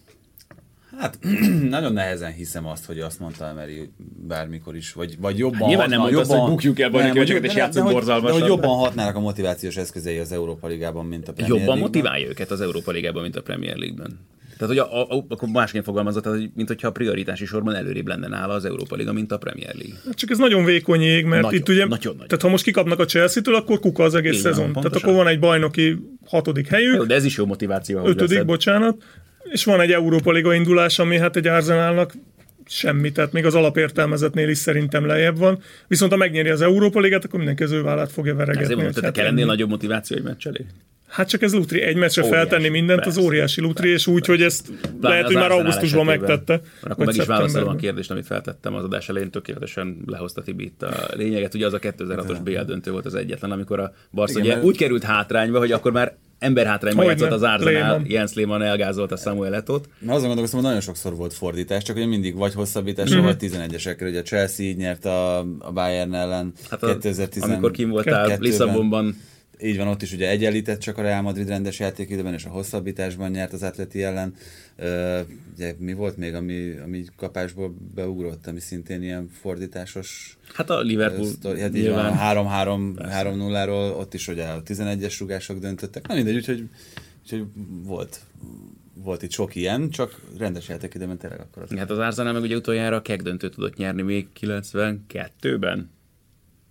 Speaker 3: Hát nagyon nehezen hiszem azt, hogy azt mondta Emery bármikor is, vagy, vagy jobban
Speaker 2: hát nyilván
Speaker 3: hatna,
Speaker 2: nem mondta
Speaker 3: jobban,
Speaker 2: azt, hogy bukjuk el bajnokiakat és játszunk borzalmasan.
Speaker 3: De hogy jobban hatnának a motivációs eszközei az Európa Ligában, mint a Premier
Speaker 2: Jobban
Speaker 3: League-ben.
Speaker 2: motiválja őket az Európa Ligában, mint a Premier League-ben. Tehát, hogy a, a, akkor másként fogalmazott, hogy mint hogyha a prioritási sorban előrébb lenne nála az Európa Liga, mint a Premier League.
Speaker 4: Csak ez nagyon vékony jég, mert
Speaker 2: nagyon,
Speaker 4: itt ugye,
Speaker 2: nagyon, nagyon.
Speaker 4: tehát ha most kikapnak a Chelsea-től, akkor kuka az egész
Speaker 2: Így
Speaker 4: szezon.
Speaker 2: van,
Speaker 4: tehát
Speaker 2: pontosan.
Speaker 4: akkor van egy bajnoki hatodik helyük.
Speaker 2: Jó, de ez is jó motiváció.
Speaker 4: Ötödik,
Speaker 2: leszed.
Speaker 4: bocsánat. És van egy Európa Liga indulás, ami hát egy Arsenalnak semmi, tehát még az alapértelmezetnél is szerintem lejjebb van. Viszont ha megnyeri az Európa Ligát, akkor mindenki az ő vállát fogja veregetni.
Speaker 2: Ezért mondom, tehát kell ennél nagyobb motiváció, hogy meccselé.
Speaker 4: Hát csak ez lutri. Egy meccsre
Speaker 2: Óriási,
Speaker 4: feltenni mindent,
Speaker 2: persze,
Speaker 4: az óriási lutri, és úgy, hogy ezt
Speaker 2: Pláne
Speaker 4: lehet, hogy
Speaker 2: az
Speaker 4: már
Speaker 2: Arsenal
Speaker 4: augusztusban
Speaker 2: esetében.
Speaker 4: megtette.
Speaker 2: Akkor meg is válaszolom a kérdést, amit feltettem az adás elején, tökéletesen lehozta Tibi itt a lényeget. Ugye az a kétezer-hatos bé el döntő volt az egyetlen, amikor a Barca
Speaker 3: Igen,
Speaker 2: ugye
Speaker 3: mert...
Speaker 2: úgy került hátrányba, hogy akkor már emberhátrányban
Speaker 4: Hogyne,
Speaker 2: játszott az Arsenal,
Speaker 4: Lehmann.
Speaker 2: Jens Lehmann elgázolta Samuel Eto't.
Speaker 3: Na azon gondolkoztam, hogy nagyon sokszor volt fordítás, csak ugye mindig vagy hosszabbításra,
Speaker 4: Mhm.
Speaker 3: vagy tizenegyesekre. Ugye a Chelsea így nyert a, a Bayern ellen
Speaker 2: Hát a,
Speaker 3: kétezer-tizenkettőben.
Speaker 2: amikor kim voltál Lisszabonban.
Speaker 3: Így van, ott is ugye egyenlített csak a Real Madrid rendes játékidőben, és a hosszabbításban nyert az Atleti ellen. Uh, ugye, mi volt még, ami, ami kapásból beugrott, ami szintén ilyen fordításos...
Speaker 2: Hát a Liverpool
Speaker 3: Uh, hát így van, három-három, három nulláról, ott is ugye a tizenegyes rugások döntöttek. Na mindegy, úgyhogy, úgyhogy volt, volt itt sok ilyen, csak rendes játékidőben tényleg akkor az.
Speaker 2: Hát az Arsenal meg ugye utoljára a keg döntőt tudott nyerni még kilencvenkettőben.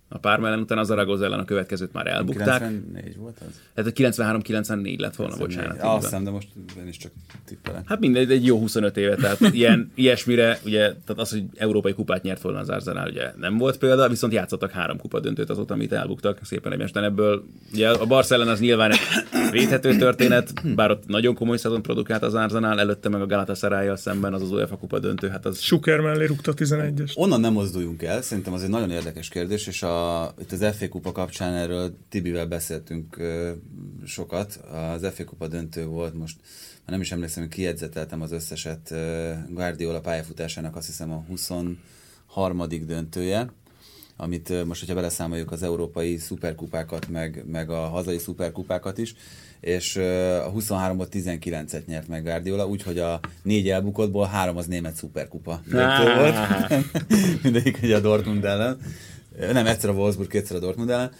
Speaker 2: a Parma ellen, utána a Zaragoza ellen a következőt már elbukták.
Speaker 3: kilencvennégy volt az?
Speaker 2: Hát a kilencvenhárom kilencvennégy lett volna, bocsánat.
Speaker 3: Ah, azt hiszem, de most én is csak tippelem.
Speaker 2: Hát mindegy, egy jó huszonöt éve, tehát ilyen, ilyesmire, ugye, tehát az, hogy európai kupát nyert volna az Arsenal, ugye nem volt példa, viszont játszottak három kupa döntőt azóta, amit elbuktak szépen egymástán. Ebből ugye a Barca ellen az nyilván egy védhető történet, bár ott nagyon komoly szezon produkált az Arsenal, előtte meg a Galatasarayjal szemben az az UEFA kupa döntő, hát az...
Speaker 4: Suker mellé rúgta tizenegyest.
Speaker 3: Onnan nem mozduljunk el, szerintem az egy nagyon érdekes kérdés, és a, itt az ef á kupa kapcsán erről Tibivel beszéltünk uh, sokat. Az ef á kupa döntő volt, most már nem is emlékszem, hogy kijegyzeteltem az összeset, uh, Guardiola pályafutásának azt hiszem a huszonharmadik döntője, amit uh, most, hogyha beleszámoljuk az európai szuperkupákat, meg, meg a hazai szuperkupákat is, és uh, a huszonháromból tizenkilencet nyert meg Guardiola, úgyhogy a négy elbukottból három az német szuperkupa döntő volt. Mindegyik ugye a Dortmund ellen. Nem, egyszer a Wolfsburg, kétszer a Dortmund ellen.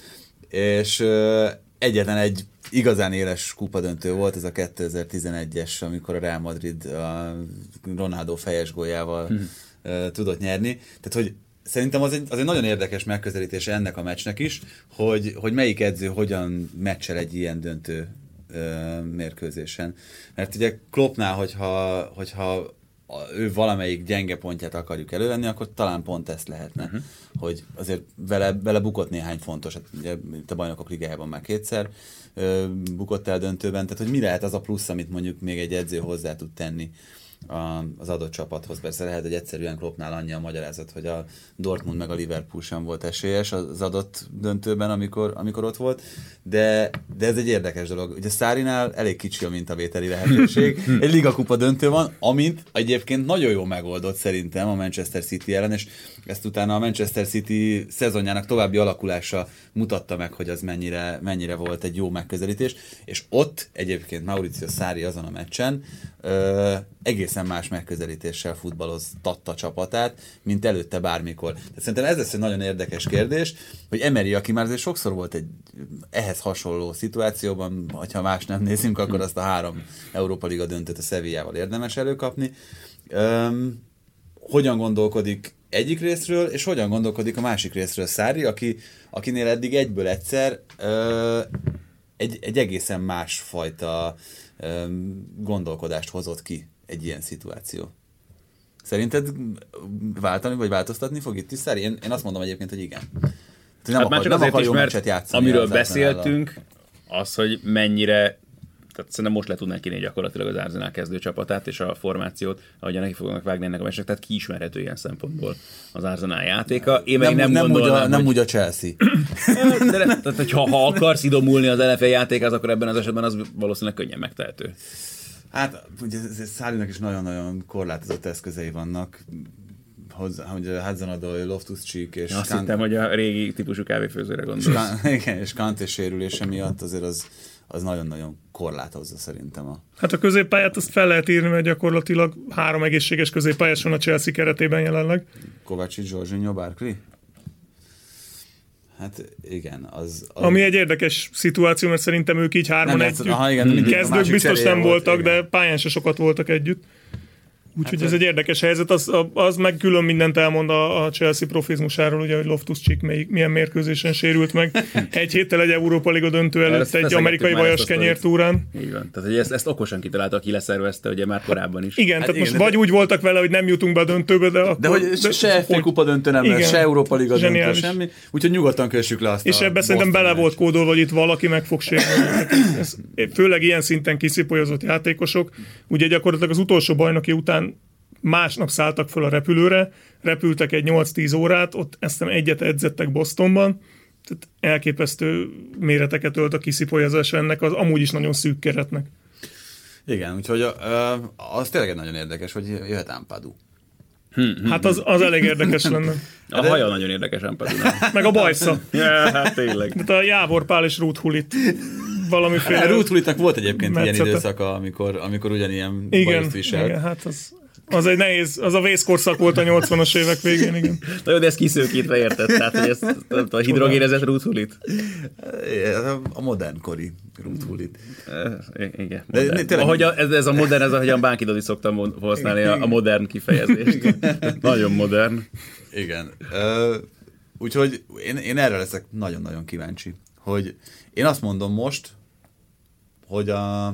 Speaker 3: És uh, egyetlen egy igazán éles kupadöntő volt, ez a kétezer-tizenegyes, amikor a Real Madrid a Ronaldo fejes góljával hmm. uh, tudott nyerni. Tehát, hogy szerintem az egy, az egy nagyon érdekes megközelítése ennek a meccsnek is, hogy, hogy melyik edző hogyan meccsel egy ilyen döntő uh, mérkőzésen. Mert ugye Kloppnál, hogyha, hogyha ő valamelyik gyenge pontját akarjuk elővenni, akkor talán pont ezt lehetne, uh-huh. hogy azért vele, vele bukott néhány fontos, hát ugye a Bajnokok Ligájában már kétszer ö, bukott el döntőben, tehát hogy mi lehet az a plusz, amit mondjuk még egy edző hozzá tud tenni a, az adott csapathoz. Persze lehet, hogy egyszerűen Kloppnál annyi a magyarázat, hogy a Dortmund meg a Liverpool sem volt esélyes az adott döntőben, amikor, amikor ott volt, de, de ez egy érdekes dolog. Ugye Sarrinál elég kicsi a mintavételi lehetőség. Egy ligakupa döntő van, amint egyébként nagyon jól megoldott szerintem a Manchester City ellen, és ezt utána a Manchester City szezonjának további alakulása mutatta meg, hogy az mennyire, mennyire volt egy jó megközelítés, és ott egyébként Maurizio Sarri azon a meccsen ö, egészen más megközelítéssel futballoztatta csapatát, mint előtte bármikor. Tehát szerintem ez lesz egy nagyon érdekes kérdés, hogy Emery, aki már azért sokszor volt egy ehhez hasonló szituációban, ha más nem nézünk, akkor azt a három Európa Liga döntőt a Sevillával érdemes előkapni. Öm, hogyan gondolkodik egyik részről, és hogyan gondolkodik a másik részről Sarri, aki, akinél eddig egyből egyszer ö, egy, egy egészen másfajta ö, gondolkodást hozott ki egy ilyen szituáció. Szerinted váltani, vagy változtatni fog itt is Sarri? Én, én azt mondom egyébként, hogy igen. Nem
Speaker 2: hát
Speaker 3: akar,
Speaker 2: már csak
Speaker 3: nem
Speaker 2: azért
Speaker 3: akar
Speaker 2: is,
Speaker 3: jó
Speaker 2: mert
Speaker 3: meccset játszani.
Speaker 2: amiről beszéltünk, az, hogy mennyire, tehát szerintem most le tudnánk kínni gyakorlatilag az Arsenal kezdő csapatát és a formációt, ahogyan neki fognak vágni ennek a meccsnek, tehát kiismerhető ilyen szempontból az Arsenal játéka. Én
Speaker 3: nem,
Speaker 2: nem, nem,
Speaker 3: nem, úgy a,
Speaker 2: hogy...
Speaker 3: nem úgy a Chelsea.
Speaker 2: De, tehát, hogyha ha akarsz idomulni az en ef el játékához, akkor ebben az esetben az valószínűleg könnyen megtehető.
Speaker 3: Hát, ugye Sarrinak is nagyon-nagyon korlátozott eszközei vannak, hogy Hudson-Odoi, Loftus-Cheek és...
Speaker 2: Azt hittem, hogy a régi típusú kávéfőzőre gondolsz.
Speaker 3: Igen, és Kanté sérülése miatt azért az, az nagyon-nagyon korlátozza szerintem a...
Speaker 4: Hát a középpályát azt fel lehet írni, mert gyakorlatilag három egészséges középpályás van a Chelsea keretében jelenleg.
Speaker 3: Kovácsics, Jorginho, Barkley? Hát igen, az, az...
Speaker 4: Ami egy érdekes szituáció, mert szerintem ők így hárman együtt.
Speaker 3: Aha, igen,
Speaker 4: kezdők biztos nem
Speaker 3: volt,
Speaker 4: voltak,
Speaker 3: igen.
Speaker 4: De pályán se sokat voltak együtt. Úgyhogy hát ez egy érdekes helyzet, az, az meg külön mindent elmond a, a Chelsea profizmusáról, ugye, hogy Loftus-Cheek milyen mérkőzésen sérült meg. Egy héttel egy Európa Liga döntő előtt egy amerikai vajas kenyértúrán.
Speaker 2: Így van. Tehát hogy ezt, ezt okosan kitalálta, aki leszervezte, ugye már korábban is.
Speaker 4: Igen,
Speaker 3: hát
Speaker 4: tehát
Speaker 3: igen,
Speaker 4: most vagy úgy voltak vele, hogy nem jutunk be a döntőbe, de akkor...
Speaker 3: De hogy de, se ef á kupa döntő nem lesz, se Európa Liga döntő, semmi. Úgyhogy nyugodtan kössük le azt.
Speaker 4: És ebben szerintem bele volt kódolva, hogy itt valaki meg fog sérülni. Ez, főleg ilyen szinten kiszipolyozott játékosok. Ugye gyakorlatilag az utolsó bajnoki után másnap szálltak föl a repülőre, repültek egy nyolc-tíz órát, ott ezt egyet edzettek Bostonban, tehát elképesztő méreteket ölt a kiszipolyozása ennek az amúgy is nagyon szűk keretnek.
Speaker 3: Igen, úgyhogy uh, az tényleg nagyon érdekes, hogy jöhet Ampadu.
Speaker 4: Hát az, az elég érdekes lenne.
Speaker 2: A haja nagyon érdekes Ampadunál.
Speaker 4: Meg a bajsza.
Speaker 2: Ja, hát tényleg.
Speaker 4: De a Jávor Pál és Ruth Hulit valamiféle...
Speaker 3: Ruth Hulitnak volt egyébként
Speaker 4: metszete.
Speaker 3: Ilyen időszaka, amikor, amikor ugyanilyen
Speaker 4: igen,
Speaker 3: bajoszt viselt.
Speaker 4: Igen, hát az... Az egy nehéz, az a vészkorszak volt a nyolcvanas évek végén, igen.
Speaker 2: Na jó, de ezt kiszőkítve érted? Tehát, hogy ezt a hidrogénezett Ruth Hulit?
Speaker 3: A modernkori Ruth Hulit.
Speaker 2: Igen.
Speaker 3: De,
Speaker 2: tényleg, ahogy a, ez, ez a modern, ez ahogyan Bánki Dodi szoktam használni a, a modern kifejezést. Nagyon modern.
Speaker 3: Igen. Uh, úgyhogy én, én erre leszek nagyon-nagyon kíváncsi, hogy én azt mondom most, hogy a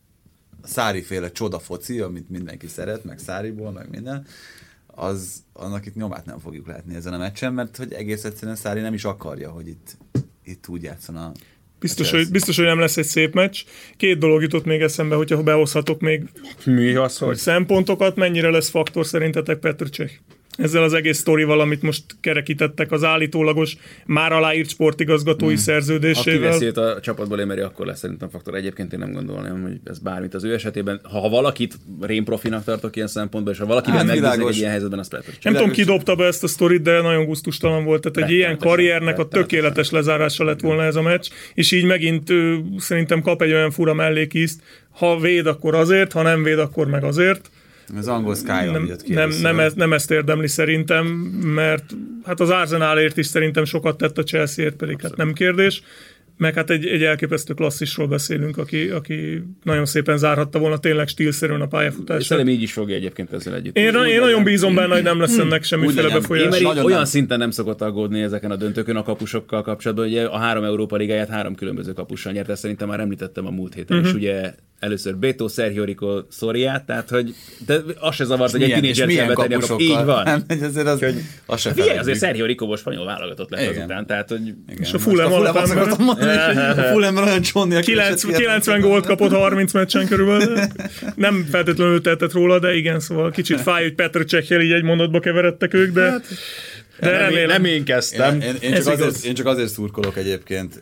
Speaker 3: Sarri-féle csoda foci, amit mindenki szeret, meg Sarriból, meg minden, az, annak itt nyomát nem fogjuk látni ezen a meccsen, mert hogy egész egyszerűen Sarri nem is akarja, hogy itt, itt úgy játszon a
Speaker 4: Biztos hogy, biztos, hogy nem lesz egy szép meccs. Két dolog jutott még eszembe, hogyha behozhatok még
Speaker 2: Mi az, hogy?
Speaker 4: szempontokat, mennyire lesz faktor szerintetek Petr Cech? Ezzel az egész sztorival, amit most kerekítettek az állítólagos, már aláírt sportigazgatói
Speaker 2: hmm.
Speaker 4: szerződésével.
Speaker 2: Ha kiveszi őt a csapatból émeri, akkor lesz szerintem faktor. Egyébként én nem gondolnám, hogy ez bármit az ő esetében. Ha, ha valakit rémprofinak tartok ilyen szempontból, és ha valakivel megbízik egy ilyen helyzetben, az Petr Cech.
Speaker 4: Nem tudom, ki dobta be ezt a sztorit, de nagyon gusztustalan volt. Tehát egy ilyen karriernek a tökéletes lezárása lett volna ez a meccs, és így megint ő, szerintem kap egy olyan fura mellékízt. Ha véd, akkor azért, ha nem véd, akkor meg azért.
Speaker 3: Az angol Sky-on jött ki.
Speaker 4: Nem, nem, ez, nem ezt érdemli szerintem, mert hát az Arsenalért is szerintem sokat tett a Chelseaért, pedig Abszolút. Hát nem kérdés. Meg hát egy, egy elképesztő klasszisról beszélünk, aki, aki nagyon szépen zárhatta volna tényleg stílszerűen a pályafutását.
Speaker 2: Szerintem így is fogja egyébként ezzel együtt.
Speaker 4: Én, én legyen, nagyon bízom benne, hogy nem lesz ennek semmiféle befolyás.
Speaker 2: Én olyan nem. szinten nem szokott aggódni ezeken a döntőkön a kapusokkal kapcsolatban, hogy a három Európa Ligáját három különböző kapussal nyert, ezt szerintem már említettem a múlt héten, uh-huh. és ugye először Beto, Sergio Rico, Soriát, tehát hogy de az se zavart, hogy egy tínédzsert kell betenni, akkor így van.
Speaker 3: Nem, azért az,
Speaker 2: hogy,
Speaker 3: az se
Speaker 2: figyelj, azért Sergio Rico spanyol válogatott lett azután, tehát hogy...
Speaker 4: És a Fulham alapember.
Speaker 3: A Fulhamben olyan csonni,
Speaker 4: kilencven gólt kapott harminc meccsen körülbelül. Nem feltétlenül tehetett róla, de igen, szóval kicsit fáj, hogy Petr Cechel így egy mondatba keveredtek ők, de...
Speaker 2: Hát, de nem, remélem. Nem én kezdtem.
Speaker 3: Én, én, én, csak azért, én csak azért szurkolok egyébként,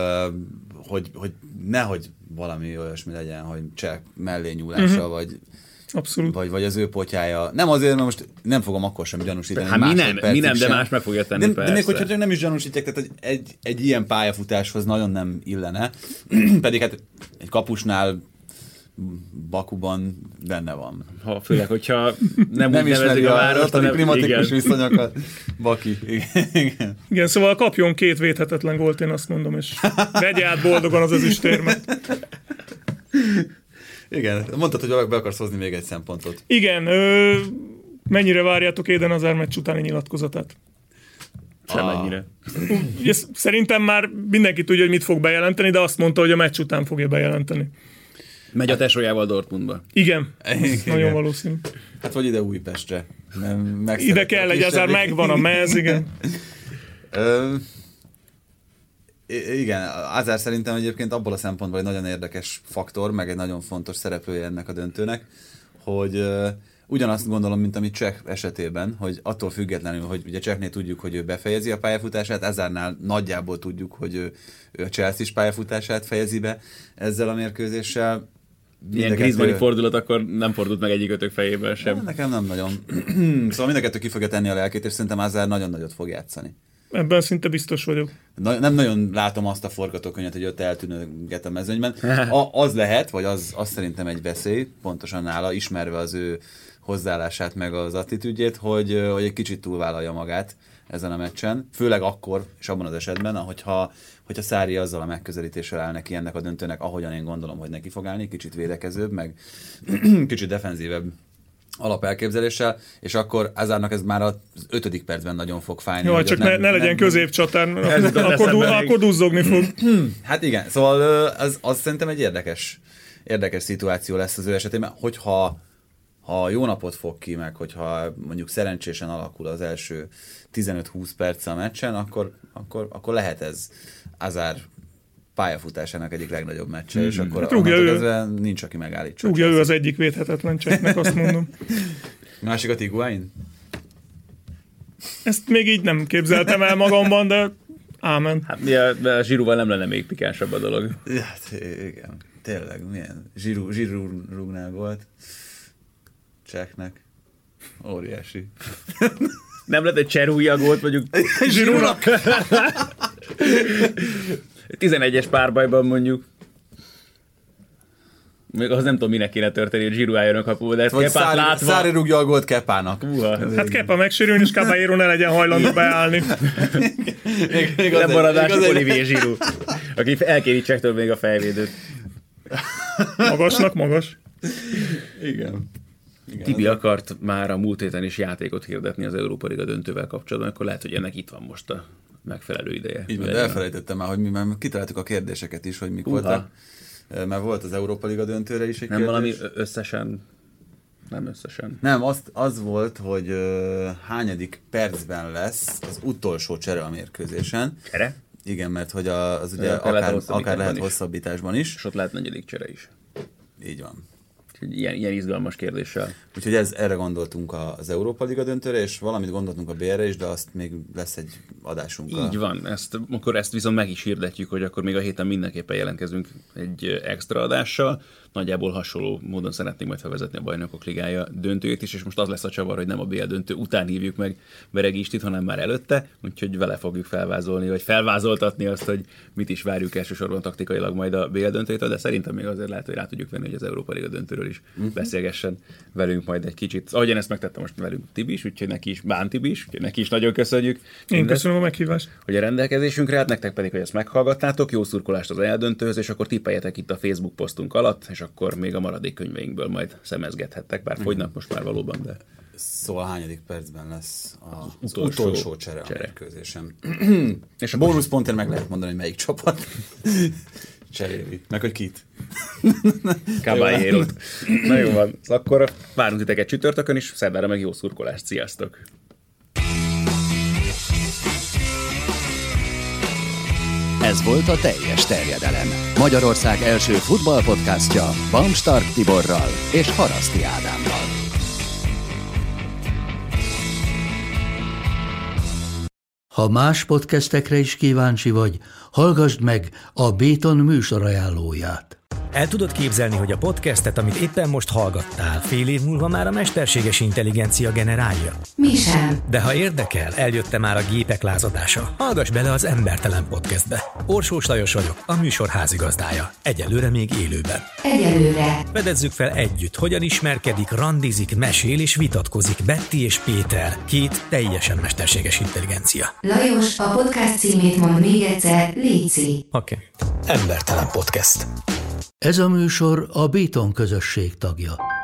Speaker 3: hogy, hogy nehogy valami olyasmi legyen, hogy Cseh mellé nyúlása, uh-huh. vagy,
Speaker 4: Abszolút.
Speaker 3: Vagy, vagy az ő potyája. Nem azért, mert most nem fogom akkor sem gyanúsítani.
Speaker 2: Hát mi nem, mi nem, de más meg fogja tenni,
Speaker 3: de,
Speaker 2: persze.
Speaker 3: de még hogyha nem is gyanúsítják, tehát egy, egy, egy ilyen pályafutáshoz nagyon nem illene. Pedig hát egy kapusnál Bakuban benne van.
Speaker 2: Ha, főleg, hogyha nem,
Speaker 3: nem
Speaker 2: úgy nevezik a várost,
Speaker 3: hanem klimatikus viszonyokat. Baki.
Speaker 4: Igen. Igen, szóval kapjon két védhetetlen gólt, én azt mondom, és vegye át boldogan az ezüstérmet.
Speaker 3: Igen, mondtad, hogy be akarsz hozni még egy szempontot.
Speaker 4: Igen, ö, mennyire várjátok Eden Hazard meccs utáni nyilatkozatát?
Speaker 2: Semennyire.
Speaker 4: Ugye, szerintem már mindenki tudja, hogy mit fog bejelenteni, de azt mondta, hogy a meccs után fogja bejelenteni.
Speaker 2: Megy a tesójával Dortmundba.
Speaker 4: Igen,
Speaker 3: Igen.
Speaker 4: nagyon valószínű.
Speaker 3: Hát vagy ide Újpestre. Nem,
Speaker 4: ide kell egy Hazard, megvan a mez, igen.
Speaker 3: Ö, igen, Hazard szerintem egyébként abból a szempontból egy nagyon érdekes faktor, meg egy nagyon fontos szereplője ennek a döntőnek, hogy uh, ugyanazt gondolom, mint amit Cseh esetében, hogy attól függetlenül, hogy ugye Csehnél tudjuk, hogy ő befejezi a pályafutását, Hazardnál nagyjából tudjuk, hogy ő, ő a Chelsea-s pályafutását fejezi be ezzel a mérkőzéssel.
Speaker 2: Ilyen Griezmanni fordulat akkor nem fordult meg egyikötök fejében sem.
Speaker 3: Na, nekem nem nagyon. Szóval mind a kettő ki fogja tenni a lelkét, és szerintem Hazard nagyon nagyot fog játszani.
Speaker 4: Ebben szinte biztos vagyok.
Speaker 3: Na, nem nagyon látom azt a forgatókönyvet, hogy ott eltűnőget a mezőnyben. A, az lehet, vagy az, az szerintem egy veszély, pontosan nála, ismerve az ő hozzáállását, meg az attitűdjét, hogy, hogy egy kicsit túlvállalja magát ezen a meccsen. Főleg akkor, és abban az esetben, ahogyha, hogyha Sarri azzal a megközelítéssel áll neki ennek a döntőnek, ahogyan én gondolom, hogy neki fog állni, kicsit védekezőbb, meg kicsit defenzívebb alapelképzeléssel, és akkor Hazardnak ez már az ötödik percben nagyon fog fájni.
Speaker 4: Jó, csak ne, nem, ne legyen középcsatár, akkor, du, akkor duzzogni fog.
Speaker 3: Hát igen, szóval az, az szerintem egy érdekes, érdekes szituáció lesz az ő esetében, hogyha ha jó napot fog ki, meg hogyha mondjuk szerencsésen alakul az első tizenöt-húsz perc a meccsen, akkor, akkor, akkor lehet ez Hazard pályafutásának egyik legnagyobb meccse, mm. és akkor hát ő, nincs, aki megállítsa.
Speaker 4: Rúgja ő az egyik védhetetlen Cseknek, azt mondom.
Speaker 3: Másikat Higuain?
Speaker 4: Ezt még így nem képzeltem el magamban, de ámen.
Speaker 2: Hát a, a Zsirúval nem lenne még pikánsabb a dolog.
Speaker 3: Hát igen, tényleg, milyen Zsirú, Zsirú rúgnál volt Cseknek. Óriási.
Speaker 2: Nem lett egy Cserúja gólt, mondjuk
Speaker 3: Zsirúnak?
Speaker 2: tizenegyes párbajban mondjuk. Még az nem tudom, minek kéne történni, hogy Giroud álljon a kapuba, de ezt Kepát látva...
Speaker 3: Sarri rúgja a gólt Kepának.
Speaker 2: Uha.
Speaker 4: Hát Kepa megsérülni, és Caballero ne legyen hajlandó beállni.
Speaker 2: Nem maradás Olivier Giroud, aki elkéri Csektől még a fejvédőt.
Speaker 4: Magasnak magas.
Speaker 3: Igen.
Speaker 2: Igen, Tibi az akart már a múlt héten is játékot hirdetni az Európa Liga döntővel kapcsolatban, akkor lehet, hogy ennek itt van most a megfelelő ideje.
Speaker 3: Így van, de elfelejtettem már, hogy mi már kitaláltuk a kérdéseket is, hogy mik Uha. voltak. Mert volt az Európa Liga döntőre is egy
Speaker 2: Nem
Speaker 3: kérdés.
Speaker 2: valami összesen... Nem összesen.
Speaker 3: Nem, az, az volt, hogy uh, hányadik percben lesz az utolsó csere a mérkőzésen.
Speaker 2: Csere?
Speaker 3: Igen, mert hogy a, az ugye
Speaker 2: akár,
Speaker 3: akár,
Speaker 2: lehet
Speaker 3: akár lehet
Speaker 2: is.
Speaker 3: hosszabbításban is.
Speaker 2: És ott lehet negyedik csere is.
Speaker 3: Így van.
Speaker 2: Ilyen, ilyen izgalmas kérdéssel.
Speaker 3: Úgyhogy ez, erre gondoltunk az Európa Liga döntőre, és valamit gondoltunk a bé erre is, de azt még lesz egy adásunk.
Speaker 2: Így van, ezt, akkor ezt viszont meg is hirdetjük, hogy akkor még a héten mindenképpen jelentkezünk egy extra adással. Nagyjából hasonló módon szeretnénk majd felvezetni a Bajnokok Ligája döntőjét is, és most az lesz a csavar, hogy nem a bé el döntő után hívjuk meg Beregi Istit, hanem már előtte, úgyhogy vele fogjuk felvázolni, vagy felvázoltatni azt, hogy mit is várjuk elsősorban taktikailag majd a bé el döntőjétől, de szerintem még azért lehet, hogy rá tudjuk venni, hogy az Európa Liga döntőről is uh-huh. beszélgessen velünk majd egy kicsit. Ahogyan ezt megtettem most velünk Tibi is, úgyhogy neki is, Bán Tibi is, úgyhogy neki is nagyon köszönjük.
Speaker 4: Én mindezt, köszönöm a meghívást.
Speaker 2: Hogy a rendelkezésünkre, hát nektek pedig, hogy ezt meghallgattátok, jó szurkolást az eldöntőhöz, és akkor tippeljetek itt a Facebook posztunk alatt, és akkor még a maradék könyveinkből majd szemezgethettek, bár uh-huh. fogynak most már valóban, de...
Speaker 3: Szóval hányadik percben lesz a, az
Speaker 2: utolsó,
Speaker 3: utolsó csere, csere. a mérkőzésen.
Speaker 2: És
Speaker 3: a bónuszpontért meg lehet mondani, hogy melyik csapat cseréli. Meg hogy kit.
Speaker 2: Caballero-t. Na jó van. Akkor várunk titeket csütörtökön is, szerdára meg jó szurkolást. Sziasztok!
Speaker 1: Ez volt a Teljes Terjedelem. Magyarország első futballpodcastja Bamstark Tiborral és Haraszti Ádámmal.
Speaker 5: Ha más podcastekre is kíváncsi vagy, hallgassd meg a Béton műsor ajánlóját.
Speaker 6: El tudod képzelni, hogy a podcastet, amit éppen most hallgattál, fél év múlva már a mesterséges intelligencia generálja?
Speaker 7: Mi sem.
Speaker 6: De ha érdekel, eljött már a gépek lázadása. Hallgass bele az Embertelen Podcastbe. Orsós Lajos vagyok, a műsor házigazdája. Egyelőre még élőben.
Speaker 7: Egyelőre.
Speaker 6: Fedezzük fel együtt, hogyan ismerkedik, randizik, mesél és vitatkozik Betty és Péter, két teljesen mesterséges intelligencia.
Speaker 7: Lajos, a podcast címét mond még egyszer, léci.
Speaker 6: Oké. Okay. Embertelen Podcast.
Speaker 5: Ez a műsor a Béton közösség tagja.